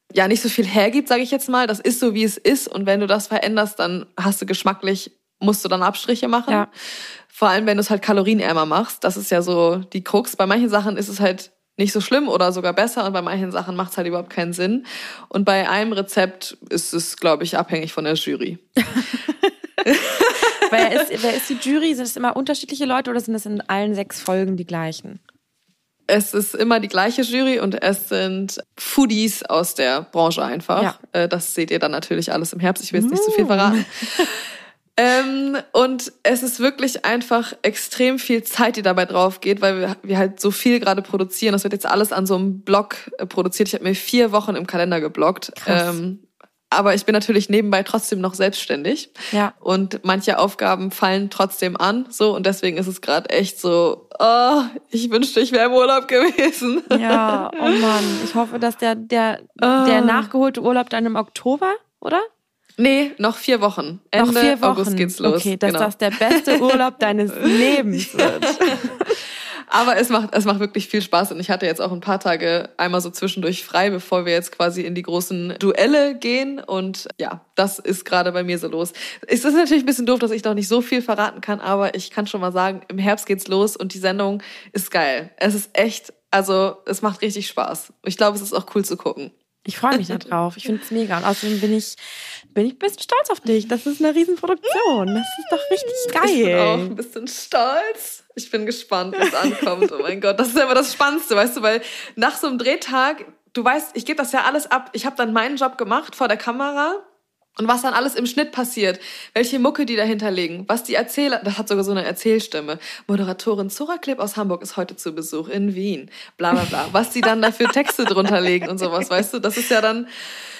ja nicht so viel hergibt, sage ich jetzt mal. Das ist so, wie es ist. Und wenn du das veränderst, dann hast du geschmacklich, musst du dann Abstriche machen. Ja. Vor allem, wenn du es halt kalorienärmer machst. Das ist ja so die Krux. Bei manchen Sachen ist es halt nicht so schlimm oder sogar besser und bei manchen Sachen macht es halt überhaupt keinen Sinn. Und bei einem Rezept ist es, glaube ich, abhängig von der Jury. Wer ist, wer ist die Jury? Sind es immer unterschiedliche Leute oder sind es in allen sechs Folgen die gleichen? Es ist immer die gleiche Jury und es sind Foodies aus der Branche einfach. Ja. Das seht ihr dann natürlich alles im Herbst. Ich will jetzt nicht zu so viel verraten. Ähm, und es ist wirklich einfach extrem viel Zeit, die dabei drauf geht, weil wir, wir halt so viel gerade produzieren. Das wird jetzt alles an so einem Blog äh, produziert. Ich habe mir vier Wochen im Kalender geblockt. Ähm, aber ich bin natürlich nebenbei trotzdem noch selbstständig. Ja. Und manche Aufgaben fallen trotzdem an. So, und deswegen ist es gerade echt so, oh, ich wünschte, ich wäre im Urlaub gewesen. Ja, oh Mann. Ich hoffe, dass der, der, oh. der nachgeholte Urlaub dann im Oktober, oder? Nee, noch vier Wochen. Ende noch vier Wochen. August geht's los. Okay, dass genau. das der beste Urlaub deines Lebens wird. Aber es macht, es macht wirklich viel Spaß und ich hatte jetzt auch ein paar Tage einmal so zwischendurch frei, bevor wir jetzt quasi in die großen Duelle gehen und ja, das ist gerade bei mir so los. Es ist natürlich ein bisschen doof, dass ich noch nicht so viel verraten kann, aber ich kann schon mal sagen, im Herbst geht's los und die Sendung ist geil. Es ist echt, also es macht richtig Spaß. Ich glaube, es ist auch cool zu gucken. Ich freue mich da drauf. Ich finde es mega. Und außerdem bin ich, bin ich ein bisschen stolz auf dich. Das ist eine Riesenproduktion. Das ist doch richtig geil. Ich bin auch ein bisschen stolz. Ich bin gespannt, wie es ankommt. Oh mein Gott, das ist ja immer das Spannendste, weißt du, weil nach so einem Drehtag, du weißt, ich gebe das ja alles ab. Ich habe dann meinen Job gemacht vor der Kamera. Und was dann alles im Schnitt passiert, welche Mucke die dahinter legen, was die Erzähler, das hat sogar so eine Erzählstimme. Moderatorin Zora Klipp aus Hamburg ist heute zu Besuch in Wien, bla bla bla. Was die dann da für Texte drunter legen und sowas, weißt du, das ist ja dann,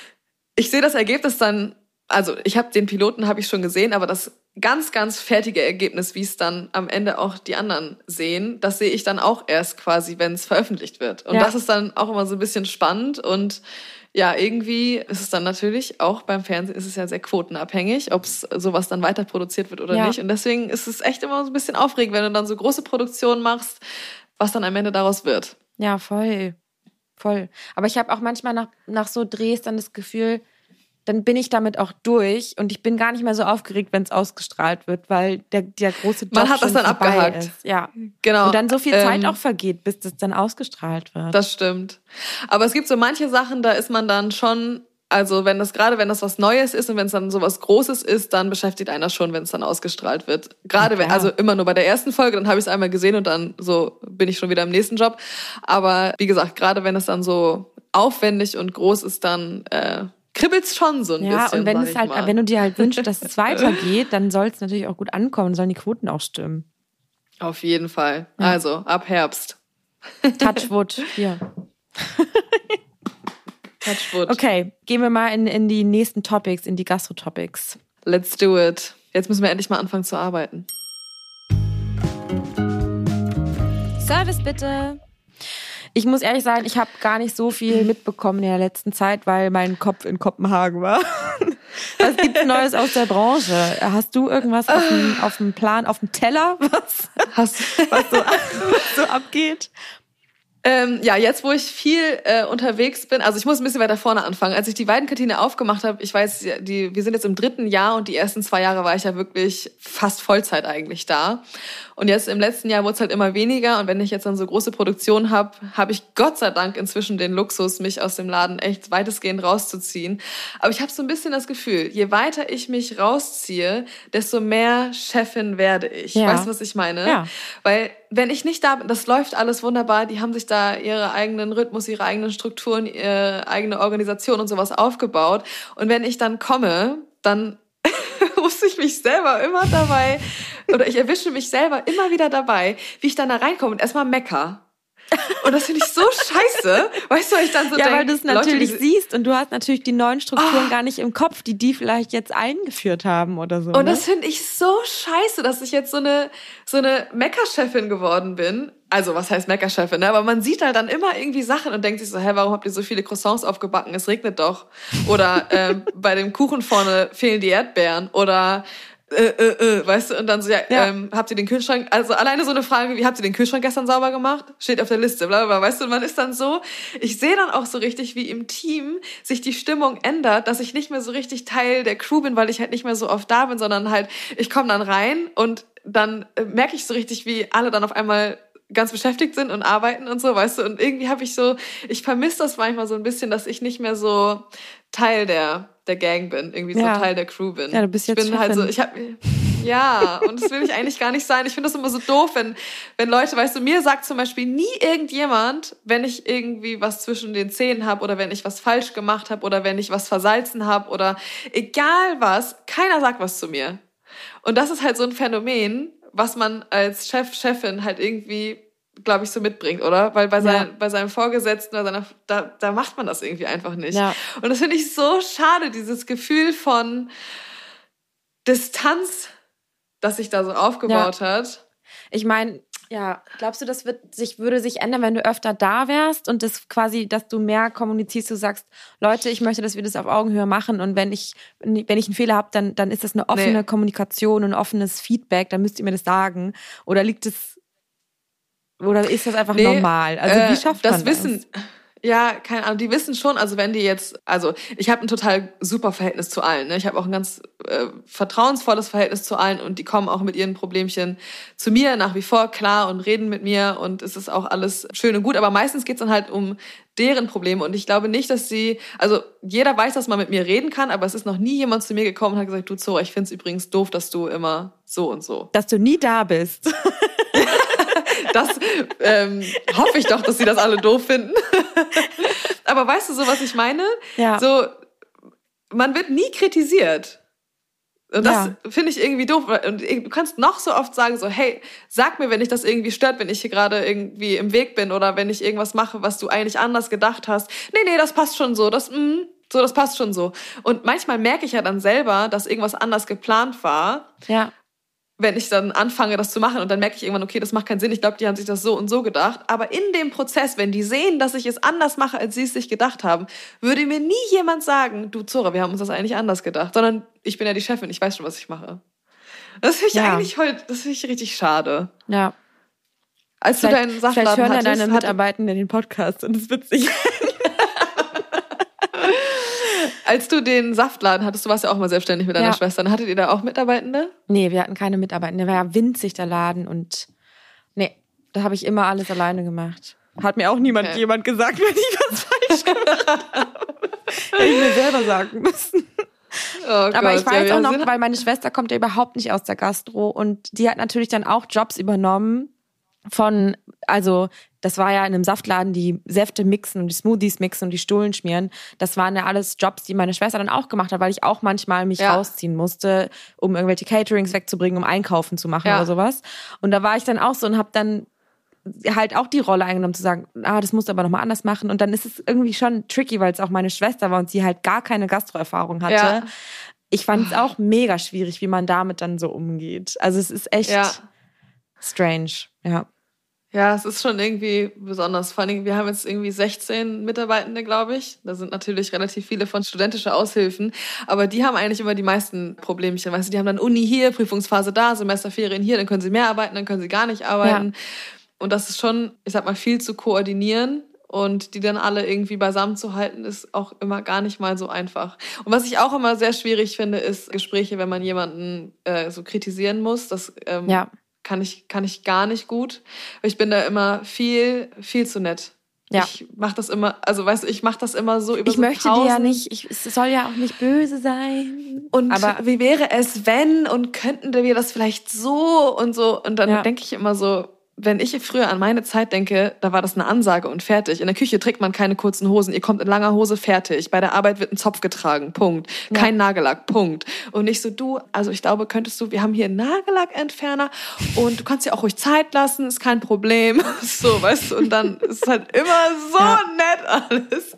ich sehe das Ergebnis dann, also ich habe den Piloten, habe ich schon gesehen, aber das ganz, ganz fertige Ergebnis, wie es dann am Ende auch die anderen sehen, das sehe ich dann auch erst quasi, wenn es veröffentlicht wird. Und ja. Das ist dann auch immer so ein bisschen spannend und ja, irgendwie ist es dann natürlich, auch beim Fernsehen ist es ja sehr quotenabhängig, ob es sowas dann weiter produziert wird oder ja. nicht. Und deswegen ist es echt immer so ein bisschen aufregend, wenn du dann so große Produktionen machst, was dann am Ende daraus wird. Ja, voll. Voll. Aber ich habe auch manchmal nach, nach so Drehs dann das Gefühl, dann bin ich damit auch durch und ich bin gar nicht mehr so aufgeregt, wenn es ausgestrahlt wird, weil der, der große Job Man hat das dann abgehakt. Ist. Ja, genau. Und dann so viel Zeit ähm, auch vergeht, bis das dann ausgestrahlt wird. Das stimmt. Aber es gibt so manche Sachen, da ist man dann schon, also wenn das gerade, wenn das was Neues ist und wenn es dann so was Großes ist, dann beschäftigt einer schon, wenn es dann ausgestrahlt wird. Gerade ja, wenn, also immer nur bei der ersten Folge, dann habe ich es einmal gesehen und dann so bin ich schon wieder im nächsten Job. Aber wie gesagt, gerade wenn es dann so aufwendig und groß ist, dann äh, kribbelt's schon so ein ja, bisschen. Ja, und wenn es halt, mal. wenn du dir halt wünschst, dass es weitergeht, dann soll es natürlich auch gut ankommen, sollen die Quoten auch stimmen. Auf jeden Fall. Ja. Also, ab Herbst. Touchwood, hier. Touchwood. Okay, gehen wir mal in, in die nächsten Topics, in die Gastro-Topics. Let's do it. Jetzt müssen wir endlich mal anfangen zu arbeiten. Service bitte. Ich muss ehrlich sagen, ich habe gar nicht so viel mitbekommen in der letzten Zeit, weil mein Kopf in Kopenhagen war. Was gibt's Neues aus der Branche? Hast du irgendwas auf dem, auf dem Plan, auf dem Teller, was, Hast, was, so, was so abgeht? Ähm, ja, jetzt wo ich viel äh, unterwegs bin, also ich muss ein bisschen weiter vorne anfangen. Als ich die Weidenkantine aufgemacht habe, ich weiß, die, wir sind jetzt im dritten Jahr und die ersten zwei Jahre war ich ja wirklich fast Vollzeit eigentlich da. Und jetzt im letzten Jahr wurde es halt immer weniger und wenn ich jetzt dann so große Produktionen habe, habe ich Gott sei Dank inzwischen den Luxus, mich aus dem Laden echt weitestgehend rauszuziehen. Aber ich habe so ein bisschen das Gefühl, je weiter ich mich rausziehe, desto mehr Chefin werde ich. Ja. Weißt du, was ich meine? Ja. Weil wenn ich nicht da bin, das läuft alles wunderbar, die haben sich da ihre eigenen Rhythmus, ihre eigenen Strukturen, ihre eigene Organisation und sowas aufgebaut. Und wenn ich dann komme, dann muss ich mich selber immer dabei, oder ich erwische mich selber immer wieder dabei, wie ich dann da reinkomme und erstmal mecker. Und das finde ich so scheiße. Weißt du, weil ich dann so ja, denke... weil du es natürlich Leute, siehst und du hast natürlich die neuen Strukturen oh. gar nicht im Kopf, die die vielleicht jetzt eingeführt haben oder so. Und ne? das finde ich so scheiße, dass ich jetzt so eine so eine Meckerchefin geworden bin. Also, was heißt Meckerchefin? Ne? Aber man sieht halt dann immer irgendwie Sachen und denkt sich so, hä, warum habt ihr so viele Croissants aufgebacken? Es regnet doch. Oder ähm, bei dem Kuchen vorne fehlen die Erdbeeren. Oder Äh, äh, äh, weißt du, und dann so, ja, Ja. ähm, habt ihr den Kühlschrank, also alleine so eine Frage, wie habt ihr den Kühlschrank gestern sauber gemacht? Steht auf der Liste, bla, bla, bla, weißt du, und man ist dann so, ich sehe dann auch so richtig, wie im Team sich die Stimmung ändert, dass ich nicht mehr so richtig Teil der Crew bin, weil ich halt nicht mehr so oft da bin, sondern halt, ich komme dann rein und dann äh, merke ich so richtig, wie alle dann auf einmal ganz beschäftigt sind und arbeiten und so, weißt du, und irgendwie habe ich so, ich vermisse das manchmal so ein bisschen, dass ich nicht mehr so Teil der der Gang bin, irgendwie Ja. so Teil der Crew bin. Ja, du bist jetzt ich bin halt Chefin. so, ich habe ja, und das will ich eigentlich gar nicht sein. Ich finde das immer so doof, wenn wenn Leute, weißt du, mir sagt zum Beispiel nie irgendjemand, wenn ich irgendwie was zwischen den Zähnen habe oder wenn ich was falsch gemacht habe oder wenn ich was versalzen habe oder egal was, keiner sagt was zu mir. Und das ist halt so ein Phänomen, was man als Chef, Chefin halt irgendwie, glaube ich, so mitbringt, oder? Weil bei, sein, Ja. bei seinem Vorgesetzten oder seiner, da, da macht man das irgendwie einfach nicht. Ja. Und das finde ich so schade, dieses Gefühl von Distanz, das sich da so aufgebaut hat. Ich meine, ja, glaubst du, das wird sich, würde sich ändern, wenn du öfter da wärst und das quasi, dass du mehr kommunizierst, du sagst, Leute, ich möchte, dass wir das auf Augenhöhe machen und wenn ich, wenn ich einen Fehler habe, dann, dann ist das eine offene Nee. Kommunikation und ein offenes Feedback, dann müsst ihr mir das sagen. Oder liegt es, oder ist das einfach Nee, normal? Also wie schafft äh, man das? Wissen, ja, keine Ahnung, die wissen schon, also wenn die jetzt, also ich habe ein total super Verhältnis zu allen, ne? Ich habe auch ein ganz äh, vertrauensvolles Verhältnis zu allen und die kommen auch mit ihren Problemchen zu mir nach wie vor klar und reden mit mir und es ist auch alles schön und gut, aber meistens geht's dann halt um deren Probleme und ich glaube nicht, dass sie, also jeder weiß, dass man mit mir reden kann, aber es ist noch nie jemand zu mir gekommen und hat gesagt, du Zora, ich find's übrigens doof, dass du immer so und so. Dass du nie da bist. Das ähm, hoffe ich doch, dass sie das alle doof finden. Aber weißt du so, was ich meine? Ja. So, man wird nie kritisiert. Und das Ja. finde ich irgendwie doof. Und du kannst noch so oft sagen, so, hey, sag mir, wenn dich das irgendwie stört, wenn ich hier gerade irgendwie im Weg bin oder wenn ich irgendwas mache, was du eigentlich anders gedacht hast. Nee, nee, das passt schon so. Das, mh, so, das passt schon so. Und manchmal merke ich ja dann selber, dass irgendwas anders geplant war. Ja. Wenn ich dann anfange, das zu machen und dann merke ich irgendwann, okay, das macht keinen Sinn, ich glaube, die haben sich das so und so gedacht. Aber in dem Prozess, wenn die sehen, dass ich es anders mache, als sie es sich gedacht haben, würde mir nie jemand sagen, du Zora, wir haben uns das eigentlich anders gedacht, sondern ich bin ja die Chefin, ich weiß schon, was ich mache. Das finde ich Ja. eigentlich heute, das finde ich richtig schade. Ja. Als du deinen Vielleicht, vielleicht Saftladen hören ja hattest, deine hatte- Mitarbeitenden den Podcast und es wird sich. als du den Saftladen hattest, du warst ja auch mal selbstständig mit deiner Ja. Schwester, dann hattet ihr da auch Mitarbeitende? Nee, wir hatten keine Mitarbeitenden. Der war ja winzig, der Laden. Und nee, da habe ich immer alles alleine gemacht. Hat mir auch niemand Okay. jemand gesagt, wenn ich was falsch gemacht habe. Hätte ich mir selber sagen müssen. Oh Aber Gott, ich weiß ja, wir auch noch, sind- weil meine Schwester kommt ja überhaupt nicht aus der Gastro und die hat natürlich dann auch Jobs übernommen von, also das war ja in einem Saftladen, die Säfte mixen und die Smoothies mixen und die Stullen schmieren. Das waren ja alles Jobs, die meine Schwester dann auch gemacht hat, weil ich auch manchmal mich Ja. rausziehen musste, um irgendwelche Caterings wegzubringen, um einkaufen zu machen Ja. oder sowas. Und da war ich dann auch so und habe dann halt auch die Rolle eingenommen zu sagen, ah, das musst du aber nochmal anders machen. Und dann ist es irgendwie schon tricky, weil es auch meine Schwester war und sie halt gar keine Gastroerfahrung hatte. Ja. Ich fand es auch mega schwierig, wie man damit dann so umgeht. Also es ist echt Ja. strange, ja. Ja, es ist schon irgendwie besonders. Vor allem, wir haben jetzt irgendwie sechzehn Mitarbeitende, glaube ich. Da sind natürlich relativ viele von studentische Aushilfen. Aber die haben eigentlich immer die meisten Problemchen. Weißt du, die haben dann Uni hier, Prüfungsphase da, Semesterferien hier, dann können sie mehr arbeiten, dann können sie gar nicht arbeiten. Und das ist schon, ich sag mal, viel zu koordinieren. Und die dann alle irgendwie beisammen zu halten, ist auch immer gar nicht mal so einfach. Und was ich auch immer sehr schwierig finde, ist Gespräche, wenn man jemanden äh, so kritisieren muss. Das ähm, Ja. kann ich kann ich gar nicht gut. Ich bin da immer viel viel zu nett. Ja. Ich mach das immer, also weißt du, ich mach das immer so über Ich so möchte Pausen. dir ja nicht, ich, es soll ja auch nicht böse sein. Und aber wie wäre es, wenn und könnten wir das vielleicht so und so und dann Ja. denke ich immer so, wenn ich früher an meine Zeit denke, da war das eine Ansage und fertig. In der Küche trägt man keine kurzen Hosen. Ihr kommt in langer Hose, fertig. Bei der Arbeit wird ein Zopf getragen, Punkt. Kein Nagellack, Punkt. Und nicht so, du, also ich glaube, könntest du, wir haben hier einen Nagellackentferner und du kannst dir auch ruhig Zeit lassen, ist kein Problem. So, weißt du, und dann ist halt immer so Ja. nett alles.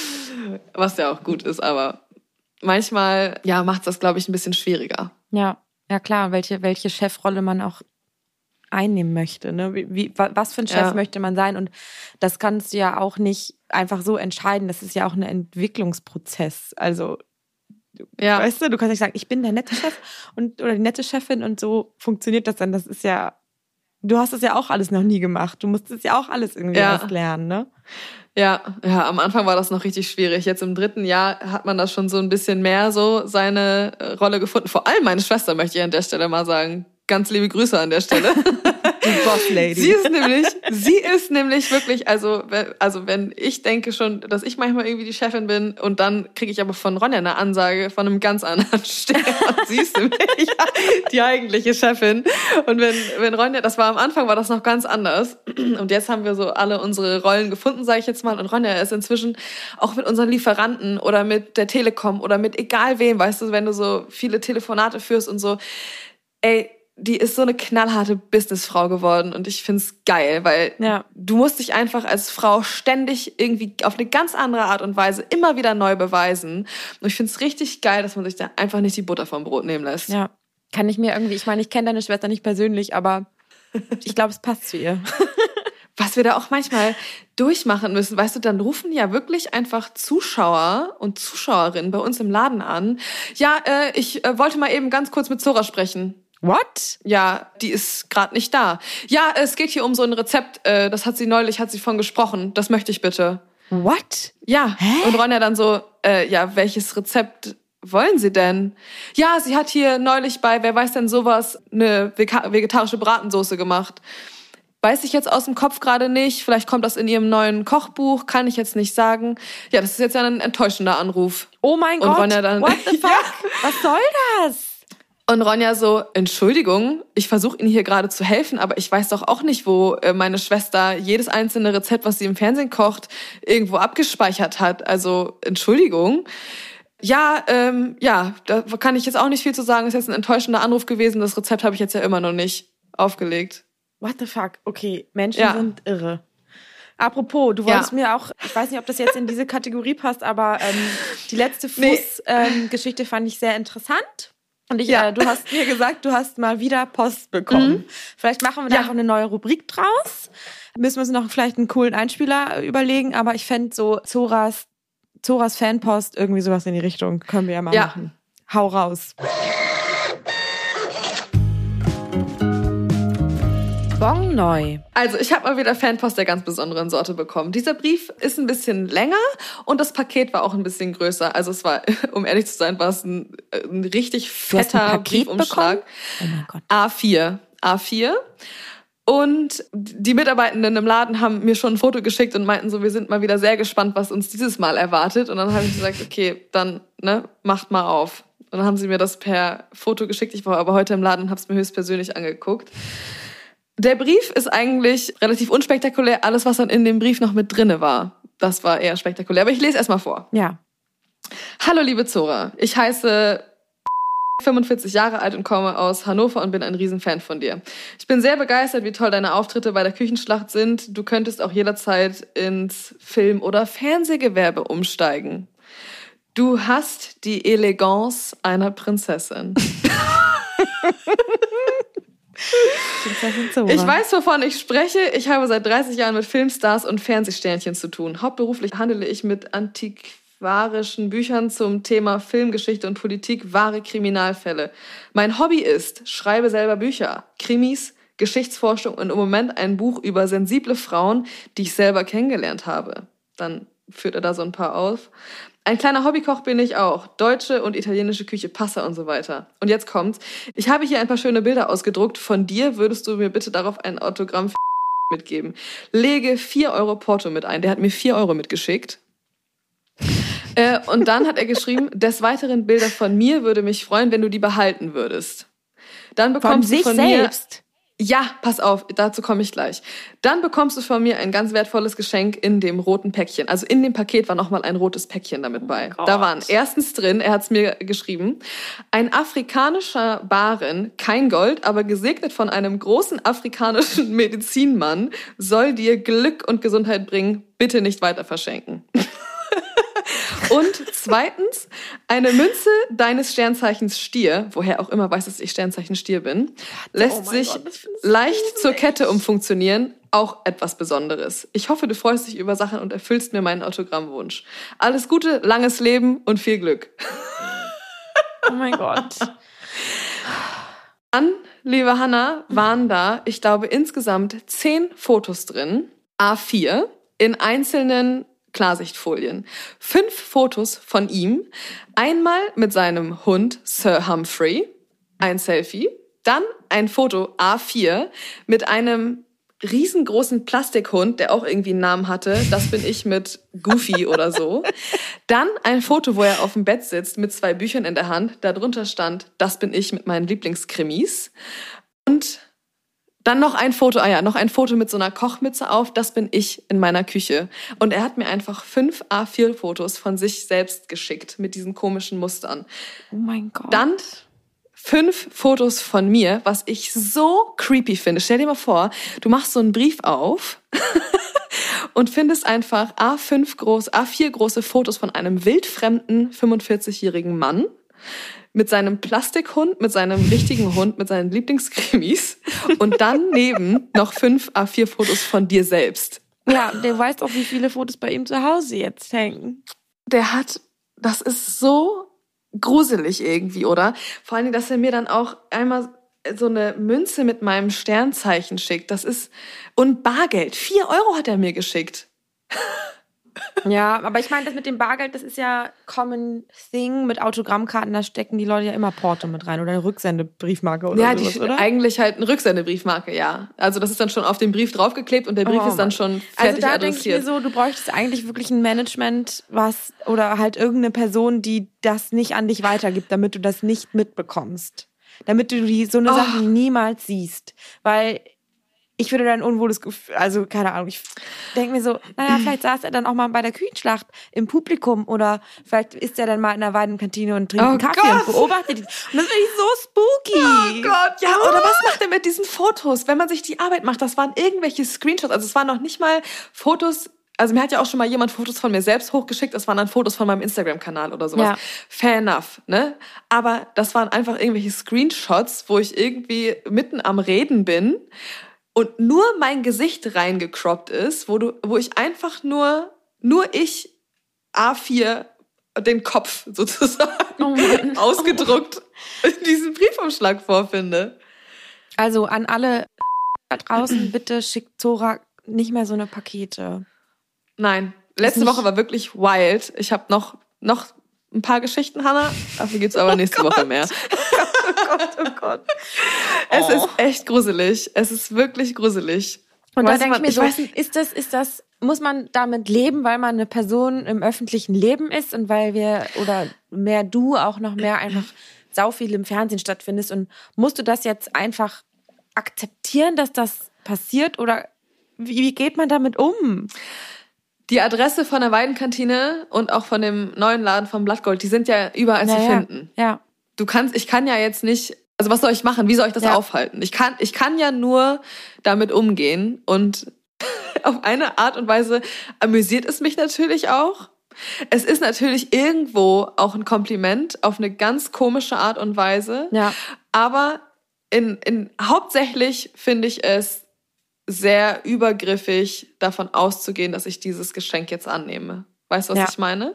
Was ja auch gut ist, aber manchmal, ja, macht das, glaube ich, ein bisschen schwieriger. Ja, ja klar, welche, welche Chefrolle man auch einnehmen möchte. Ne? Wie, wie, wa- was für ein Chef Ja. möchte man sein? Und das kannst du ja auch nicht einfach so entscheiden. Das ist ja auch ein Entwicklungsprozess. Also Ja. Weißt du, du kannst nicht sagen, ich bin der nette Chef und oder die nette Chefin und so funktioniert das dann. Das ist ja, du hast das ja auch alles noch nie gemacht. Du musstest ja auch alles irgendwie ja. erst lernen, ne? Ja, ja, am Anfang war das noch richtig schwierig. Jetzt im dritten Jahr hat man da schon so ein bisschen mehr so seine Rolle gefunden. Vor allem meine Schwester, möchte ich an der Stelle mal sagen. Ganz liebe Grüße an der Stelle. Die Boss Lady. Sie ist nämlich, sie ist nämlich wirklich, also, also wenn ich denke schon, dass ich manchmal irgendwie die Chefin bin und dann kriege ich aber von Ronja eine Ansage von einem ganz anderen Stern. Sie ist nämlich die eigentliche Chefin. Und wenn, wenn Ronja, das war am Anfang, war das noch ganz anders. Und jetzt haben wir so alle unsere Rollen gefunden, sage ich jetzt mal. Und Ronja ist inzwischen auch mit unseren Lieferanten oder mit der Telekom oder mit egal wem, weißt du, wenn du so viele Telefonate führst und so, ey, die ist so eine knallharte Businessfrau geworden und ich find's geil, weil ja. du musst dich einfach als Frau ständig irgendwie auf eine ganz andere Art und Weise immer wieder neu beweisen. Und ich find's richtig geil, dass man sich da einfach nicht die Butter vom Brot nehmen lässt. Ja, kann ich mir irgendwie, ich meine, ich kenne deine Schwester nicht persönlich, aber ich glaube, es passt zu ihr. Was wir da auch manchmal durchmachen müssen, weißt du, dann rufen ja wirklich einfach Zuschauer und Zuschauerinnen bei uns im Laden an. Ja, äh, ich äh, wollte mal eben ganz kurz mit Zora sprechen. What? Ja, die ist gerade nicht da. Ja, es geht hier um so ein Rezept, äh, das hat sie neulich, hat sie von gesprochen. Das möchte ich bitte. What? Ja. Hä? Und Ronja dann so, äh, ja, welches Rezept wollen Sie denn? Ja, sie hat hier neulich bei, wer weiß denn sowas, eine vegetarische Bratensoße gemacht. Weiß ich jetzt aus dem Kopf gerade nicht. Vielleicht kommt das in ihrem neuen Kochbuch, kann ich jetzt nicht sagen. Ja, das ist jetzt ja ein enttäuschender Anruf. Oh mein Und Gott, Ronja dann, what the fuck? Ja. Was soll das? Und Ronja so, Entschuldigung, ich versuche Ihnen hier gerade zu helfen, aber ich weiß doch auch nicht, wo meine Schwester jedes einzelne Rezept, was sie im Fernsehen kocht, irgendwo abgespeichert hat. Also, Entschuldigung. Ja, ähm, ja, da kann ich jetzt auch nicht viel zu sagen. Ist jetzt ein enttäuschender Anruf gewesen. Das Rezept habe ich jetzt ja immer noch nicht aufgelegt. What the fuck? Okay, Menschen ja. sind irre. Apropos, du wolltest ja. mir auch, ich weiß nicht, ob das jetzt in diese Kategorie passt, aber ähm, die letzte Fußgeschichte nee. ähm, fand ich sehr interessant. Und ich, ja. äh, du hast mir gesagt, du hast mal wieder Post bekommen. Mhm. Vielleicht machen wir da ja. einfach eine neue Rubrik draus. Müssen wir uns noch vielleicht einen coolen Einspieler überlegen, aber ich fände so Zoras, Zoras Fanpost, irgendwie sowas in die Richtung, können wir ja mal ja. machen. Hau raus. Bon neu. Also ich habe mal wieder Fanpost der ganz besonderen Sorte bekommen. Dieser Brief ist ein bisschen länger und das Paket war auch ein bisschen größer. Also es war, um ehrlich zu sein, war es ein, ein richtig fetter ein Briefumschlag. Oh mein Gott. A vier. A vier. Und die Mitarbeitenden im Laden haben mir schon ein Foto geschickt und meinten so, wir sind mal wieder sehr gespannt, was uns dieses Mal erwartet. Und dann habe ich gesagt, okay, dann ne, macht mal auf. Und dann haben sie mir das per Foto geschickt. Ich war aber heute im Laden und habe es mir höchstpersönlich angeguckt. Der Brief ist eigentlich relativ unspektakulär. Alles, was dann in dem Brief noch mit drinne war, das war eher spektakulär. Aber ich lese erst mal vor. Ja. Hallo, liebe Zora. Ich heiße fünfundvierzig Jahre alt und komme aus Hannover und bin ein Riesenfan von dir. Ich bin sehr begeistert, wie toll deine Auftritte bei der Küchenschlacht sind. Du könntest auch jederzeit ins Film- oder Fernsehgewerbe umsteigen. Du hast die Eleganz einer Prinzessin. Ich weiß, wovon ich spreche. Ich habe seit dreißig Jahren mit Filmstars und Fernsehsternchen zu tun. Hauptberuflich handele ich mit antiquarischen Büchern zum Thema Filmgeschichte und Politik, wahre Kriminalfälle. Mein Hobby ist, schreibe selber Bücher, Krimis, Geschichtsforschung und im Moment ein Buch über sensible Frauen, die ich selber kennengelernt habe. Dann führt er da so ein paar auf. Ein kleiner Hobbykoch bin ich auch. Deutsche und italienische Küche, Pasta und so weiter. Und jetzt kommt's. Ich habe hier ein paar schöne Bilder ausgedruckt. Von dir würdest du mir bitte darauf ein Autogramm mitgeben. Lege vier Euro Porto mit ein. Der hat mir vier Euro mitgeschickt. Äh, und dann hat er geschrieben, des Weiteren Bilder von mir würde mich freuen, wenn du die behalten würdest. Dann bekommst von du von sich mir... selbst? Ja, pass auf, dazu komme ich gleich. Dann bekommst du von mir ein ganz wertvolles Geschenk in dem roten Päckchen. Also in dem Paket war nochmal ein rotes Päckchen damit bei. Oh da waren erstens drin, er hat es mir geschrieben, ein afrikanischer Baren, kein Gold, aber gesegnet von einem großen afrikanischen Medizinmann, soll dir Glück und Gesundheit bringen, bitte nicht weiter verschenken. Und zweitens, eine Münze deines Sternzeichens Stier, woher auch immer weiß, dass ich Sternzeichen Stier bin, lässt oh sich Gott, leicht zur Kette umfunktionieren. Auch etwas Besonderes. Ich hoffe, du freust dich über Sachen und erfüllst mir meinen Autogrammwunsch. Alles Gute, langes Leben und viel Glück. Oh mein Gott. Dann, liebe Hannah, waren da, ich glaube, insgesamt zehn Fotos drin. A vier in einzelnen Klarsichtfolien. Fünf Fotos von ihm. Einmal mit seinem Hund Sir Humphrey. Ein Selfie. Dann ein Foto A vier mit einem riesengroßen Plastikhund, der auch irgendwie einen Namen hatte. Das bin ich mit Goofy oder so. Dann ein Foto, wo er auf dem Bett sitzt mit zwei Büchern in der Hand. Darunter stand, das bin ich mit meinen Lieblingskrimis. Und dann noch ein Foto, ah ja, noch ein Foto mit so einer Kochmütze auf. Das bin ich in meiner Küche. Und er hat mir einfach fünf A vier Fotos von sich selbst geschickt mit diesen komischen Mustern. Oh mein Gott. Dann fünf Fotos von mir, was ich so creepy finde. Stell dir mal vor, du machst so einen Brief auf und findest einfach A fünf groß, A vier große Fotos von einem wildfremden fünfundvierzigjährigen Mann mit seinem Plastikhund, mit seinem richtigen Hund, mit seinen Lieblingskrimis und dann neben noch fünf A vier Fotos von dir selbst. Ja, der weiß auch, wie viele Fotos bei ihm zu Hause jetzt hängen. Der hat, das ist so gruselig irgendwie, oder? Vor allen Dingen, dass er mir dann auch einmal so eine Münze mit meinem Sternzeichen schickt. Das ist, und Bargeld. Vier Euro hat er mir geschickt. Ja, aber ich meine, das mit dem Bargeld, das ist ja common thing. Mit Autogrammkarten, da stecken die Leute ja immer Porto mit rein oder eine Rücksendebriefmarke oder ja, sowas, die, oder? Eigentlich halt eine Rücksendebriefmarke, ja. Also das ist dann schon auf dem Brief draufgeklebt und der Brief Oh, ist dann schon fertig also da adressiert. denke ich mir so, du bräuchtest eigentlich wirklich ein Management, was oder halt irgendeine Person, die das nicht an dich weitergibt, damit du das nicht mitbekommst. Damit du die so eine Oh. Sache niemals siehst. Weil ich würde dann ein unwohles Gefühl, also keine Ahnung, ich denke mir so, naja, vielleicht saß er dann auch mal bei der Küchenschlacht im Publikum oder vielleicht ist er dann mal in der Weidenkantine und trinkt Oh einen Kaffee Gott. und beobachtet die. Und das finde ich so spooky. Oh Gott, ja, oder was macht er mit diesen Fotos? Wenn man sich die Arbeit macht, das waren irgendwelche Screenshots, also es waren noch nicht mal Fotos, also mir hat ja auch schon mal jemand Fotos von mir selbst hochgeschickt, das waren dann Fotos von meinem Instagram-Kanal oder sowas. Ja. Fair enough, ne? Aber das waren einfach irgendwelche Screenshots, wo ich irgendwie mitten am Reden bin und nur mein Gesicht reingecroppt ist, wo du, wo ich einfach nur, nur ich A vier den Kopf sozusagen Oh Mann. ausgedruckt in diesem Briefumschlag vorfinde. Also an alle da draußen, bitte schickt Zora nicht mehr so eine Pakete. Nein, letzte nicht- Woche war wirklich wild. Ich habe noch, noch ein paar Geschichten, Hannah. Dafür gibt's aber nächste Woche mehr. Oh Gott, oh Gott. Es Oh. ist echt gruselig. Es ist wirklich gruselig. Und da Weißt du, denke ich man- mir so, weiß nicht, ist das, ist das, muss man damit leben, weil man eine Person im öffentlichen Leben ist und weil wir, oder mehr du auch noch mehr einfach sau viel im Fernsehen stattfindest und musst du das jetzt einfach akzeptieren, dass das passiert oder wie, wie geht man damit um? die Adresse von der Weidenkantine und auch von dem neuen Laden vom Blattgold, die sind ja überall zu Ja, ja. finden. Ja. Du kannst, ich kann ja jetzt nicht, also was soll ich machen? Wie soll ich das Ja. aufhalten? Ich kann, ich kann ja nur damit umgehen und auf eine Art und Weise amüsiert es mich natürlich auch. Es ist natürlich irgendwo auch ein Kompliment auf eine ganz komische Art und Weise. Ja. Aber in, in, hauptsächlich finde ich es sehr übergriffig, davon auszugehen, dass ich dieses Geschenk jetzt annehme. Weißt du, was Ja. ich meine?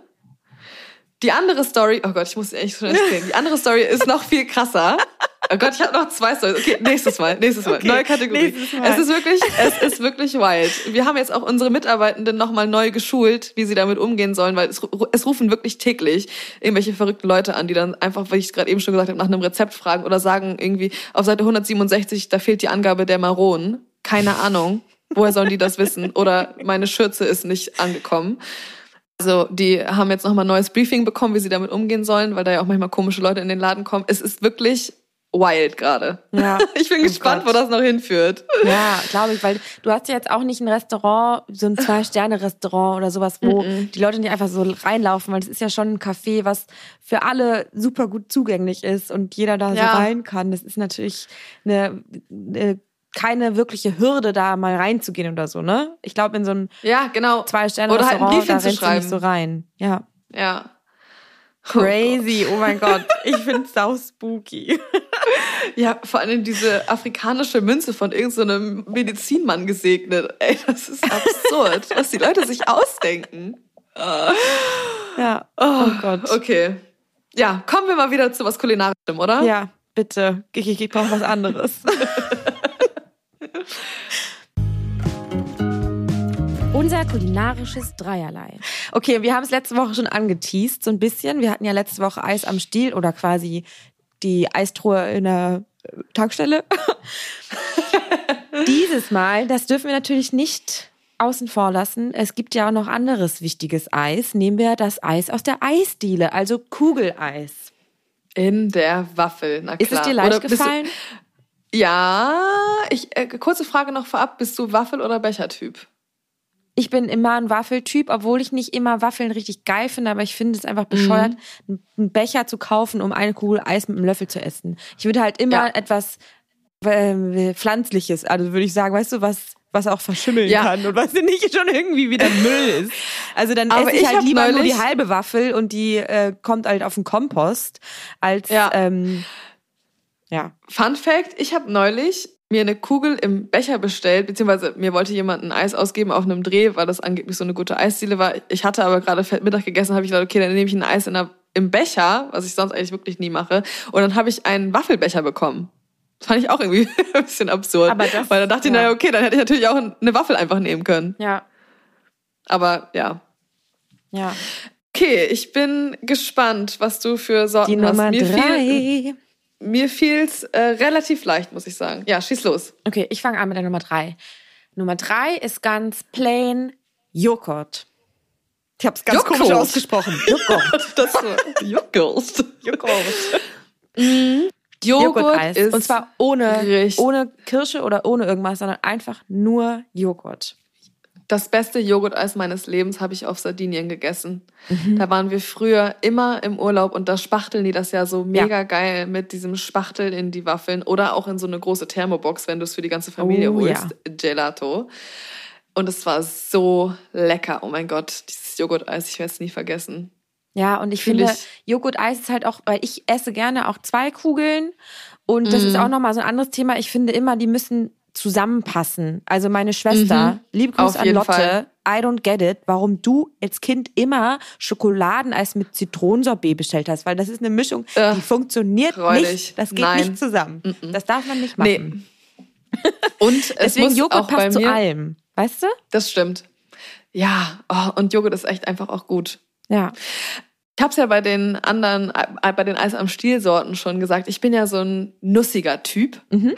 Die andere Story, oh Gott, ich muss sie echt schon erzählen. Die andere Story ist noch viel krasser. Oh Gott, ich habe noch zwei Stories. Okay, nächstes Mal, nächstes Mal. Okay, Neue Kategorie. nächstes Mal. Es ist wirklich, es ist wirklich wild. Wir haben jetzt auch unsere Mitarbeitenden nochmal neu geschult, wie sie damit umgehen sollen, weil es, es rufen wirklich täglich irgendwelche verrückten Leute an, die dann einfach, wie ich gerade eben schon gesagt habe, nach einem Rezept fragen oder sagen irgendwie auf Seite hundertsiebenundsechzig, da fehlt die Angabe der Maronen. Keine Ahnung. Woher sollen die das wissen? Oder meine Schürze ist nicht angekommen. Also die haben jetzt nochmal ein neues Briefing bekommen, wie sie damit umgehen sollen, weil da ja auch manchmal komische Leute in den Laden kommen. Es ist wirklich wild gerade. Ja. Ich bin Oh gespannt, Gott. wo das noch hinführt. Ja, glaube ich, weil du hast ja jetzt auch nicht ein Restaurant, so ein Zwei-Sterne-Restaurant oder sowas, wo Mhm. die Leute nicht einfach so reinlaufen, weil es ist ja schon ein Café, was für alle super gut zugänglich ist und jeder da Ja. so rein kann. Das ist natürlich eine, eine keine wirkliche Hürde, da mal reinzugehen oder so, ne? Ich glaube, in so einem Ja, genau. Oder halt einen Zwei-Sterne-Restaurant, Brief da rennst du hinzuschreiben. nicht so rein. Ja. Ja. Crazy, oh mein Gott. Ich find's sau spooky. Ja, vor allem diese afrikanische Münze von irgendeinem so Medizinmann gesegnet. Ey, das ist absurd, was die Leute sich ausdenken. Ja, Oh, oh Gott. Okay. Ja, kommen wir mal wieder zu was Kulinarischem, oder? Ja, bitte. Ich, ich, ich brauche was anderes. Unser kulinarisches Dreierlei. Okay, wir haben es letzte Woche schon angeteast, so ein bisschen. Wir hatten ja letzte Woche Eis am Stiel oder quasi die Eistruhe in der Tankstelle. Dieses Mal, das dürfen wir natürlich nicht außen vor lassen. Es gibt ja auch noch anderes wichtiges Eis. Nehmen wir das Eis aus der Eisdiele, also Kugeleis. In der Waffel, na klar. Ist es dir leicht Oder gefallen? Du, ja, ich, äh, kurze Frage noch vorab. Bist du Waffel- oder Bechertyp? Ich bin immer ein Waffeltyp, obwohl ich nicht immer Waffeln richtig geil finde, aber ich finde es einfach bescheuert, mhm. einen Becher zu kaufen, um eine Kugel Eis mit einem Löffel zu essen. Ich würde halt immer ja. etwas äh, Pflanzliches, also würde ich sagen, weißt du, was was auch verschimmeln ja. kann und was nicht schon irgendwie wieder Müll ist. Also dann aber esse ich, ich halt lieber nur die halbe Waffel und die äh, kommt halt auf den Kompost, als ja. Ähm, ja. Fun Fact, ich habe neulich mir eine Kugel im Becher bestellt, beziehungsweise mir wollte jemand ein Eis ausgeben auf einem Dreh, weil das angeblich so eine gute Eisdiele war. Ich hatte aber gerade Mittag gegessen, habe ich gedacht, okay, dann nehme ich ein Eis in der, im Becher, was ich sonst eigentlich wirklich nie mache. Und dann habe ich einen Waffelbecher bekommen. Das fand ich auch irgendwie ein bisschen absurd. Aber das, weil dann dachte ich, ja. naja, okay, dann hätte ich natürlich auch eine Waffel einfach nehmen können. Ja. Aber ja. Ja. Okay, ich bin gespannt, was du für Sorten Die hast. Nummer Mir drei. Fiel, mir fiel's äh, relativ leicht, muss ich sagen. Ja, schieß los. Okay, ich fange an mit der Nummer drei. Nummer drei ist ganz plain Joghurt. Ich habe es ganz Joghurt. komisch ausgesprochen. Joghurt. Das war Joghurt. Joghurt. Mhm. Joghurt Joghurt-Eis. ist und zwar ohne, richtig. ohne Kirsche oder ohne irgendwas, sondern einfach nur Joghurt. Das beste Joghurt-Eis meines Lebens habe ich auf Sardinien gegessen. Mhm. Da waren wir früher immer im Urlaub und da spachteln die das ja so mega ja. geil mit diesem Spachtel in die Waffeln oder auch in so eine große Thermobox, wenn du es für die ganze Familie oh, holst. Ja. Gelato. Und es war so lecker. Oh mein Gott, dieses Joghurt-Eis, ich werde es nie vergessen. Ja, und ich Fühl finde, ich. Joghurt-Eis ist halt auch, weil ich esse gerne auch zwei Kugeln und das mm. ist auch nochmal so ein anderes Thema. Ich finde immer, die müssen zusammenpassen. Also meine Schwester, mhm. liebe Grüße an Lotte, Fall. I don't get it, warum du als Kind immer Schokoladeneis mit Zitronensorbet bestellt hast, weil das ist eine Mischung, äh, die funktioniert freudig. nicht. Das geht Nein. nicht zusammen. Mhm. Das darf man nicht machen. Nee. Und es deswegen muss Joghurt auch bei passt mir, zu allem, weißt du? Das stimmt. Ja, oh, und Joghurt ist echt einfach auch gut. Ja. Ich habe es ja bei den anderen, bei den Eis am Stiel-Sorten schon gesagt, ich bin ja so ein nussiger Typ. Mhm.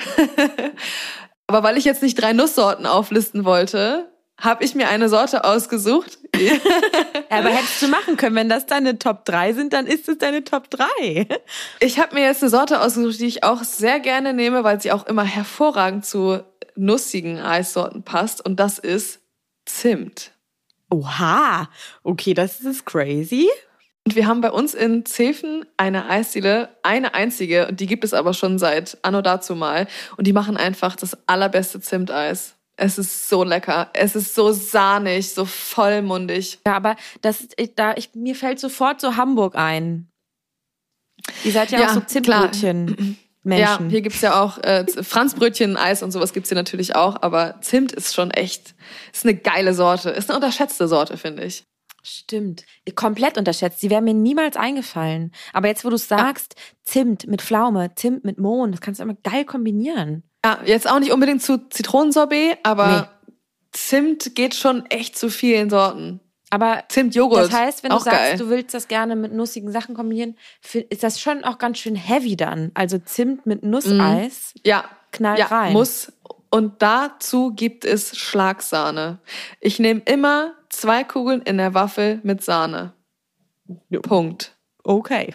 Aber weil ich jetzt nicht drei Nusssorten auflisten wollte, habe ich mir eine Sorte ausgesucht. Ja, aber hättest du machen können, wenn das deine Top drei sind, dann ist es deine Top drei. Ich habe mir jetzt eine Sorte ausgesucht, die ich auch sehr gerne nehme, weil sie auch immer hervorragend zu nussigen Eissorten passt. Und das ist Zimt. Oha, okay, das ist crazy. Und wir haben bei uns in Zeven eine Eisdiele, eine einzige, und die gibt es aber schon seit anno dazu mal. Und die machen einfach das allerbeste Zimteis. Es ist so lecker. Es ist so sahnig, so vollmundig. Ja, aber das, da, ich, mir fällt sofort so Hamburg ein. Ihr seid ja, ja auch so Zimtbrötchen. Menschen. Ja, hier gibt's ja auch äh, Franzbrötchen, Eis und sowas gibt's hier natürlich auch. Aber Zimt ist schon echt, ist eine geile Sorte. Ist eine unterschätzte Sorte, finde ich. Stimmt. Komplett unterschätzt. Die wäre mir niemals eingefallen. Aber jetzt, wo du es sagst, ja. Zimt mit Pflaume, Zimt mit Mohn, das kannst du immer geil kombinieren. Ja, jetzt auch nicht unbedingt zu Zitronensorbet, aber nee. Zimt geht schon echt zu vielen Sorten. Aber Zimtjoghurt, das heißt, wenn du auch sagst, geil. Du willst das gerne mit nussigen Sachen kombinieren, ist das schon auch ganz schön heavy dann. Also Zimt mit Nusseis, mm. ja. knallt ja, rein. Muss. Und dazu gibt es Schlagsahne. Ich nehme immer zwei Kugeln in der Waffel mit Sahne. Jo. Punkt. Okay.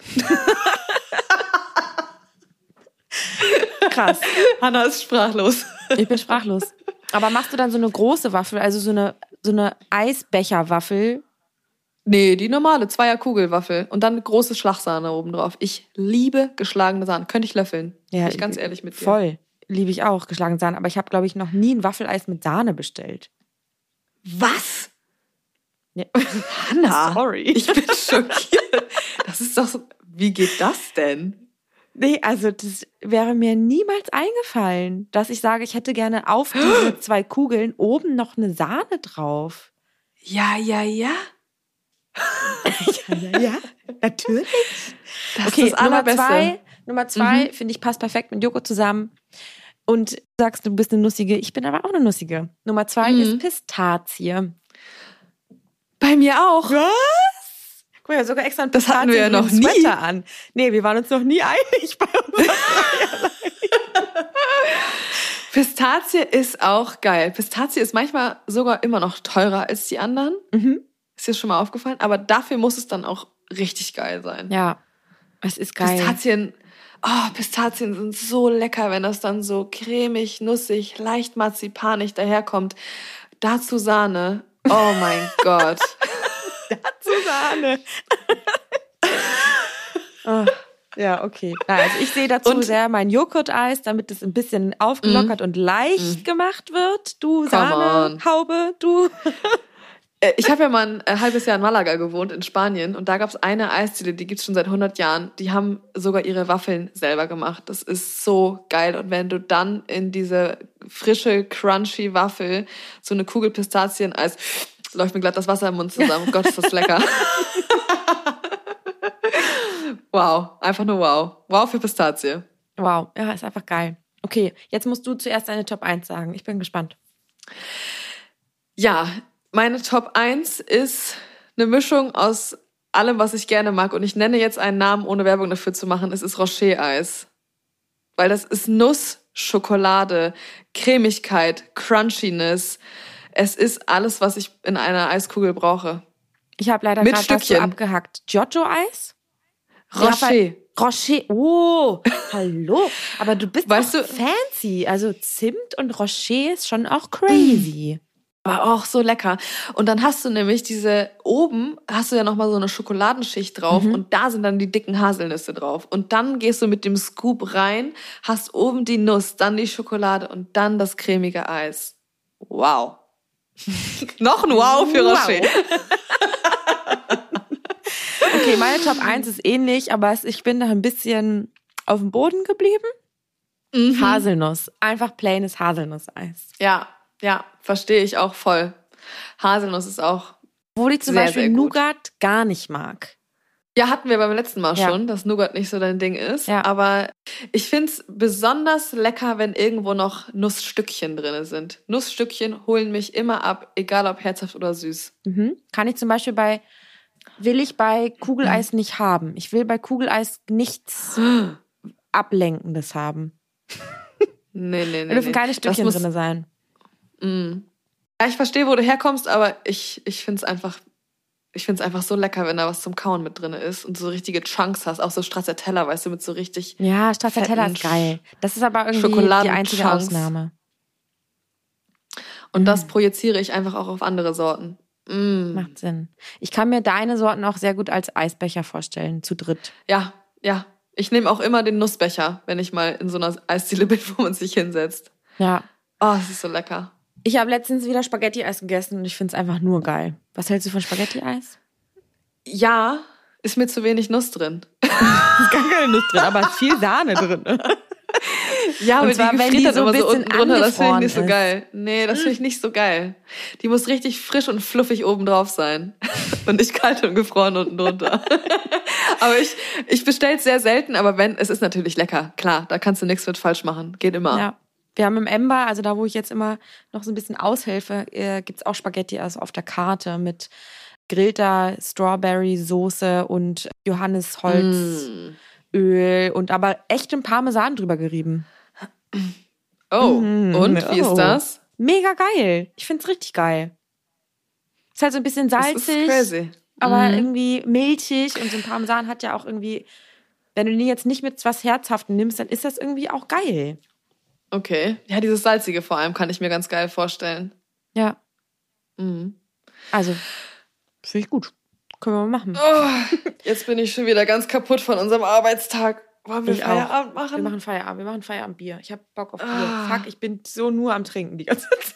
Krass. Hannah ist sprachlos. Ich bin sprachlos. Aber machst du dann so eine große Waffel, also so eine, so eine Eisbecherwaffel? Nee, die normale Zweierkugelwaffel. Und dann eine große Schlagsahne oben drauf. Ich liebe geschlagene Sahne. Könnte ich löffeln. Ja, bin ich ganz ehrlich mit dir. Voll. Liebe ich auch, geschlagene Sahne. Aber ich habe, glaube ich, noch nie ein Waffeleis mit Sahne bestellt. Was? Ja. Hannah, sorry. Ich bin schockiert. Das ist doch so, wie geht das denn? Nee, also das wäre mir niemals eingefallen, dass ich sage, ich hätte gerne auf diese zwei Kugeln oben noch eine Sahne drauf. Ja, ja, ja. ja, ja, ja, natürlich. Das okay, ist das Nummer Allerbeste. zwei, Nummer zwei Mhm. finde ich, passt perfekt mit Joghurt zusammen. Und du sagst, du bist eine Nussige, ich bin aber auch eine Nussige. Nummer zwei Mhm. ist Pistazie. Bei mir auch. Was? Guck mal, ja, sogar extra ein Das hatten wir ja noch nie. Sweater an. Nee, wir waren uns noch nie einig bei uns. Pistazie ist auch geil. Pistazie ist manchmal sogar immer noch teurer als die anderen. mhm. Ist dir schon mal aufgefallen? Aber dafür muss es dann auch richtig geil sein. Ja, es ist geil. Pistazien, oh, Pistazien sind so lecker, wenn das dann so cremig, nussig, leicht marzipanig daherkommt. Dazu Sahne. Oh mein Gott. Dazu Sahne. oh, ja, okay. Na, also ich sehe dazu Und- sehr mein Joghurt-Eis, damit es ein bisschen aufgelockert und leicht gemacht wird. Du Sahne, on. Haube, du. Äh, Ich habe ja mal ein äh, halbes Jahr in Malaga gewohnt, in Spanien. Und da gab es eine Eisdiele, die gibt's schon seit hundert Jahren. Die haben sogar ihre Waffeln selber gemacht. Das ist so geil. Und wenn du dann in diese frische, crunchy Waffel so eine Kugel Pistazien-Eis, läuft mir glatt das Wasser im Mund zusammen. Oh Gott, ist das lecker. Wow, einfach nur wow. Wow für Pistazie. Wow, ja, ist einfach geil. Okay, jetzt musst du zuerst deine Top eins sagen. Ich bin gespannt. Ja, meine Top eins ist eine Mischung aus allem, was ich gerne mag. Und ich nenne jetzt einen Namen, ohne Werbung dafür zu machen. Es ist Rocher-Eis. Weil das ist Nuss, Schokolade, Cremigkeit, Crunchiness. Es ist alles, was ich in einer Eiskugel brauche. Ich habe leider Mit gerade was so Stückchen. abgehackt. Giotto-Eis? Rocher. Ja, Rocher. Oh, hallo. Aber du bist Weißt doch du- fancy. Also Zimt und Rocher ist schon auch crazy. Aber auch so lecker. Und dann hast du nämlich diese, oben hast du ja nochmal so eine Schokoladenschicht drauf und da sind dann die dicken Haselnüsse drauf. Und dann gehst du mit dem Scoop rein, hast oben die Nuss, dann die Schokolade und dann das cremige Eis. Wow. Noch ein Wow für Wow. Rocher. Okay, meine Top eins ist ähnlich, aber es- ich bin da ein bisschen auf dem Boden geblieben. Mhm. Haselnuss. Einfach plaines Haselnusseis. Ja, ja, verstehe ich auch voll. Haselnuss ist auch. Obwohl ich zum Sehr, Beispiel sehr gut. Nougat gar nicht mag. Ja, hatten wir beim letzten Mal Ja. schon, dass Nougat nicht so dein Ding ist. Ja. Aber ich find's besonders lecker, wenn irgendwo noch Nussstückchen drin sind. Nussstückchen holen mich immer ab, egal ob herzhaft oder süß. Mhm. Kann ich zum Beispiel bei, will ich bei Kugeleis nicht haben. Ich will bei Kugeleis nichts Ablenkendes haben. Nee, nee, nee. Da dürfen nee. keine Das Stückchen muss- drin sein. Mm. Ja, ich verstehe, wo du herkommst, aber ich, ich find's einfach, ich find's einfach so lecker, wenn da was zum Kauen mit drin ist und so richtige Chunks hast. Auch so Stracciatella, weißt du, mit so richtig. Ja, Stracciatella fetten ist geil. Das ist aber irgendwie die Schokoladen- einzige Chunks. Ausnahme. Und Mm. das projiziere ich einfach auch auf andere Sorten. Mm. Macht Sinn. Ich kann mir deine Sorten auch sehr gut als Eisbecher vorstellen, zu dritt. Ja, ja. Ich nehme auch immer den Nussbecher, wenn ich mal in so einer Eisdiele bin, wo man sich hinsetzt. Ja. Oh, es ist so lecker. Ich habe letztens wieder Spaghetti-Eis gegessen und ich finde es einfach nur geil. Was hältst du von Spaghetti-Eis? Ja, ist mir zu wenig Nuss drin. Ist gar keine Nuss drin, aber ist viel Sahne drin. Ja, Und aber zwar, die wenn die gefriert so dann ein immer so bisschen unten drunter. Das finde ich angefroren nicht so ist. geil. Nee, das finde ich nicht so geil. Die muss richtig frisch und fluffig oben drauf sein. Und nicht kalt und gefroren unten drunter. Aber ich, ich bestelle es sehr selten, aber wenn, es ist natürlich lecker. Klar, da kannst du nichts mit falsch machen. Geht immer. Ja. Wir haben im Ember, also da, wo ich jetzt immer noch so ein bisschen aushelfe, äh, gibt es auch Spaghetti also auf der Karte mit grillter Strawberry-Soße und Johannisholzöl Mm. und aber echtem Parmesan drüber gerieben. Oh, Mm, und wie oh. ist das? Mega geil. Ich find's richtig geil. Ist halt so ein bisschen Das ist salzig, crazy. aber Mhm. irgendwie milchig und so ein Parmesan hat ja auch irgendwie, wenn du den jetzt nicht mit was Herzhaftem nimmst, dann ist das irgendwie auch geil. Okay. Ja, dieses Salzige vor allem kann ich mir ganz geil vorstellen. Ja, Mhm. also finde ich gut. Können wir mal machen. Oh, jetzt bin ich schon wieder ganz kaputt von unserem Arbeitstag. Wollen wir Ich auch. Feierabend machen? Wir machen Feierabend, wir machen Feierabendbier. Ich habe Bock auf Bier. Ah. Fuck, ich bin so nur am Trinken die ganze Zeit.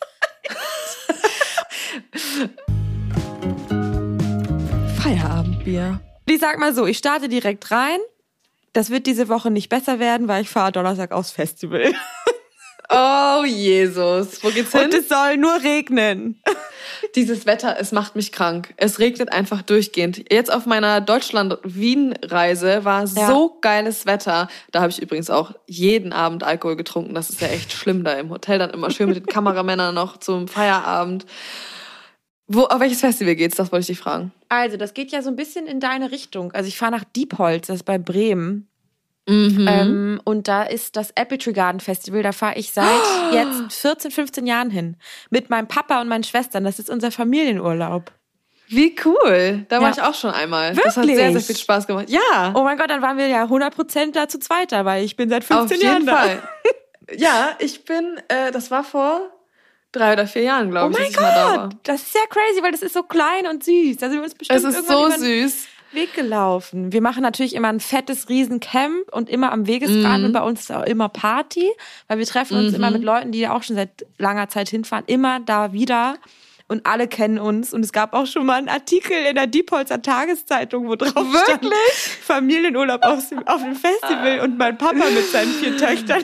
Feierabendbier. Ich sag mal so, ich starte direkt rein. Das wird diese Woche nicht besser werden, weil ich fahre Donnerstag aufs Festival. Oh, Jesus. Wo geht's hin? Und es soll nur regnen. Dieses Wetter, es macht mich krank. Es regnet einfach durchgehend. Jetzt auf meiner Deutschland-Wien-Reise war Ja. so geiles Wetter. Da habe ich übrigens auch jeden Abend Alkohol getrunken. Das ist ja echt schlimm da im Hotel. Dann immer schön mit den Kameramännern noch zum Feierabend. Wo, auf welches Festival geht's? Das wollte ich dich fragen. Also, das geht ja so ein bisschen in deine Richtung. Also, ich fahre nach Diepholz, das ist bei Bremen. Mhm. Ähm, und da ist das Apple Tree Garden Festival. Da fahre ich seit jetzt vierzehn, fünfzehn Jahren hin. Mit meinem Papa und meinen Schwestern. Das ist unser Familienurlaub. Wie cool. Da war Ja. ich auch schon einmal. Wirklich? Das hat sehr, sehr viel Spaß gemacht. Ja, Oh mein Gott, dann waren wir ja hundert Prozent da zu zweit da, weil ich bin seit auf fünfzehn jeden Jahren da. Fall. Ja, ich bin, äh, das war vor drei oder vier Jahren, Oh glaube ich, mein dass ich mal da war. Gott, das ist ja crazy, weil das ist so klein und süß. Da sind wir uns bestimmt Es ist irgendwann so über den süß. Weg gelaufen. Wir machen natürlich immer ein fettes Riesencamp und immer am Wegesrand Mhm. und bei uns ist auch immer Party, weil wir treffen uns Mhm. immer mit Leuten, die da auch schon seit langer Zeit hinfahren, immer da wieder und alle kennen uns und es gab auch schon mal einen Artikel in der Diepholzer Tageszeitung, wo drauf stand, Wirklich? Familienurlaub auf dem, auf dem Festival und mein Papa mit seinen vier Töchtern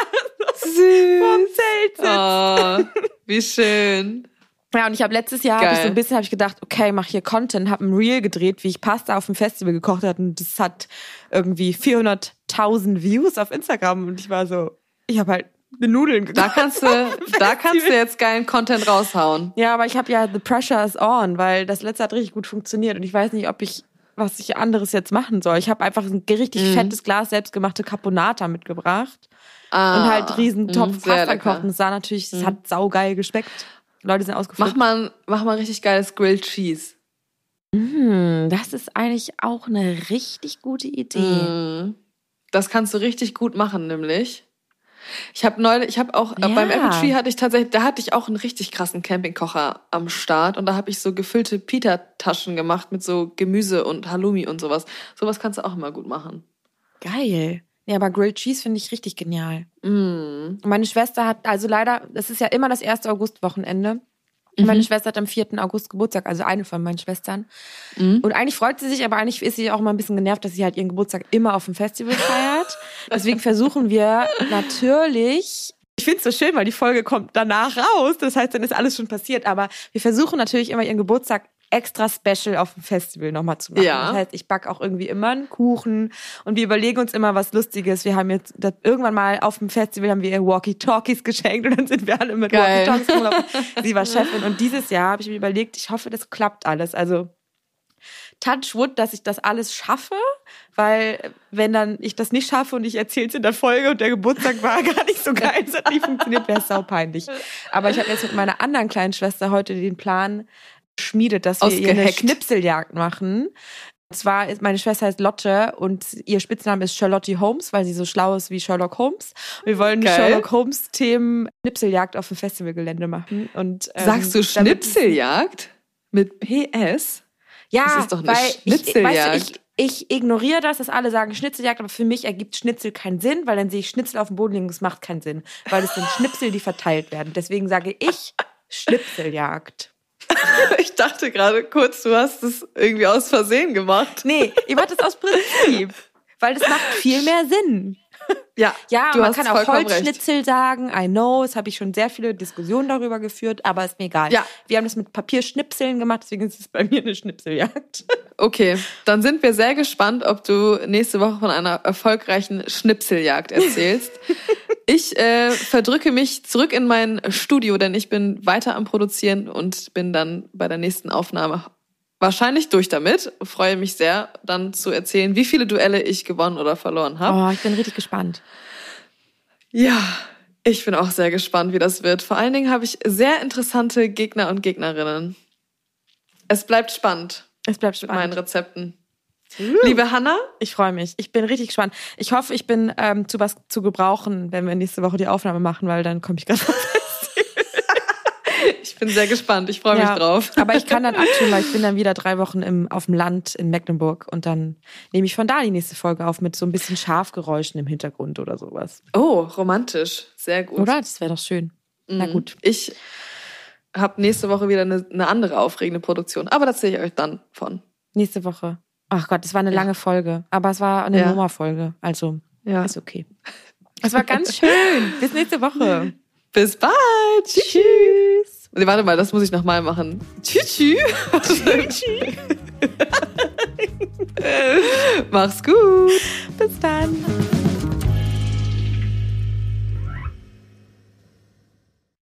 Süß. vorm Zelt sitzt. Oh, wie schön. Ja, und ich habe letztes Jahr hab ich Geil. so ein bisschen hab ich gedacht, okay, mach hier Content, habe ein Reel gedreht, wie ich Pasta auf dem Festival gekocht habe und das hat irgendwie vierhunderttausend Views auf Instagram und ich war so, ich habe halt Nudeln gekocht. Da kannst du, da kannst du jetzt geilen Content raushauen. Ja, aber ich habe ja the pressure is on, weil das letzte hat richtig gut funktioniert und ich weiß nicht, ob ich was ich anderes jetzt machen soll. Ich habe einfach ein richtig Mhm. fettes Glas selbstgemachte Caponata mitgebracht Ah, und halt riesen mh, Topf sehr Pasta lecker. gekocht und es sah natürlich, es hat saugeil geschmeckt. Leute sind ausgeflippt. Mach mal, mach mal richtig geiles Grilled Cheese. Hm, das ist eigentlich auch eine richtig gute Idee. Mm. Das kannst du richtig gut machen, nämlich. Ich habe neulich, ich habe auch Ja. äh, beim Apple Tree hatte ich tatsächlich, da hatte ich auch einen richtig krassen Campingkocher am Start und da habe ich so gefüllte Pita-Taschen gemacht mit so Gemüse und Halloumi und sowas. Sowas kannst du auch immer gut machen. Geil. Ja, aber Grilled Cheese finde ich richtig genial. Mm. Und meine Schwester hat, also leider, das ist ja immer das erste August-Wochenende. Und meine Schwester hat am vierten August Geburtstag, also eine von meinen Schwestern. Mhm. Und eigentlich freut sie sich, aber eigentlich ist sie auch mal ein bisschen genervt, dass sie halt ihren Geburtstag immer auf dem Festival feiert. Deswegen versuchen wir natürlich, ich finde es so schön, weil die Folge kommt danach raus, das heißt, dann ist alles schon passiert, aber wir versuchen natürlich immer ihren Geburtstag extra special auf dem Festival nochmal zu machen. Ja. Das heißt, ich backe auch irgendwie immer einen Kuchen und wir überlegen uns immer was Lustiges. Wir haben jetzt das, irgendwann mal auf dem Festival haben wir ihr Walkie-Talkies geschenkt und dann sind wir alle mit Geil. Walkie-Talkies rumgelaufen. Sie war Chefin und dieses Jahr habe ich mir überlegt, ich hoffe, das klappt alles. Also touch wood, dass ich das alles schaffe, weil wenn dann ich das nicht schaffe und ich erzähle es in der Folge und der Geburtstag war gar nicht so geil, es hat nicht funktioniert, wäre es saupeinlich. Aber ich habe jetzt mit meiner anderen kleinen Schwester heute den Plan schmiedet, dass wir ihr eine Ausgeheckt. Schnipseljagd machen. Und zwar ist meine Schwester heißt Lotte und ihr Spitzname ist Charlotte Holmes, weil sie so schlau ist wie Sherlock Holmes. Wir wollen eine Geil. Sherlock Holmes Themen Schnipseljagd auf dem Festivalgelände machen. Und ähm, Sagst du damit- Schnipseljagd? Mit P S? Ja, Das ist doch eine weil ich, Schnitzeljagd. weißt du, ich, ich ignoriere das, dass alle sagen Schnitzeljagd, aber für mich ergibt Schnitzel keinen Sinn, weil dann sehe ich Schnitzel auf dem Boden liegen, das macht keinen Sinn, weil es sind Schnipsel, die verteilt werden. Deswegen sage ich Schnipseljagd. Ich dachte gerade kurz, du hast es irgendwie aus Versehen gemacht. Nee, ich mache das aus Prinzip, weil das macht viel mehr Sinn. Ja, Ja, du man hast kann auch vollkommen Holzschnitzel sagen, I know, es habe ich schon sehr viele Diskussionen darüber geführt, aber ist mir egal. Ja. Wir haben das mit Papierschnipseln gemacht, deswegen ist es bei mir eine Schnipseljagd. Okay, dann sind wir sehr gespannt, ob du nächste Woche von einer erfolgreichen Schnipseljagd erzählst. Ich äh, verdrücke mich zurück in mein Studio, denn ich bin weiter am Produzieren und bin dann bei der nächsten Aufnahme wahrscheinlich durch damit. Freue mich sehr, dann zu erzählen, wie viele Duelle ich gewonnen oder verloren habe. Oh, ich bin richtig gespannt. Ja, ich bin auch sehr gespannt, wie das wird. Vor allen Dingen habe ich sehr interessante Gegner und Gegnerinnen. Es bleibt spannend Es bleibt mit meinen spannend. Rezepten. Liebe Hanna, Ich freue mich. Ich bin richtig gespannt. Ich hoffe, ich bin ähm, zu was zu gebrauchen, wenn wir nächste Woche die Aufnahme machen, weil dann komme ich ganz ich bin sehr gespannt. Ich freue mich drauf. Aber ich kann dann abtun, weil ich bin dann wieder drei Wochen im, auf dem Land in Mecklenburg und dann nehme ich von da die nächste Folge auf mit so ein bisschen Schafgeräuschen im Hintergrund oder sowas. Oh, romantisch. Sehr gut. Oder? Das wäre doch schön. Na gut. Ich habe nächste Woche wieder eine, eine andere aufregende Produktion. Aber das sehe ich euch dann von. Nächste Woche. Ach Gott, es war eine lange Folge. Aber es war eine Ja. Nummer-Folge. Also, Ja. ist okay. Es war ganz schön. Bis nächste Woche. Bis bald. Tschüss. Nee, warte mal, das muss ich nochmal machen. Tschüss. Tschüss. Mach's gut. Bis dann.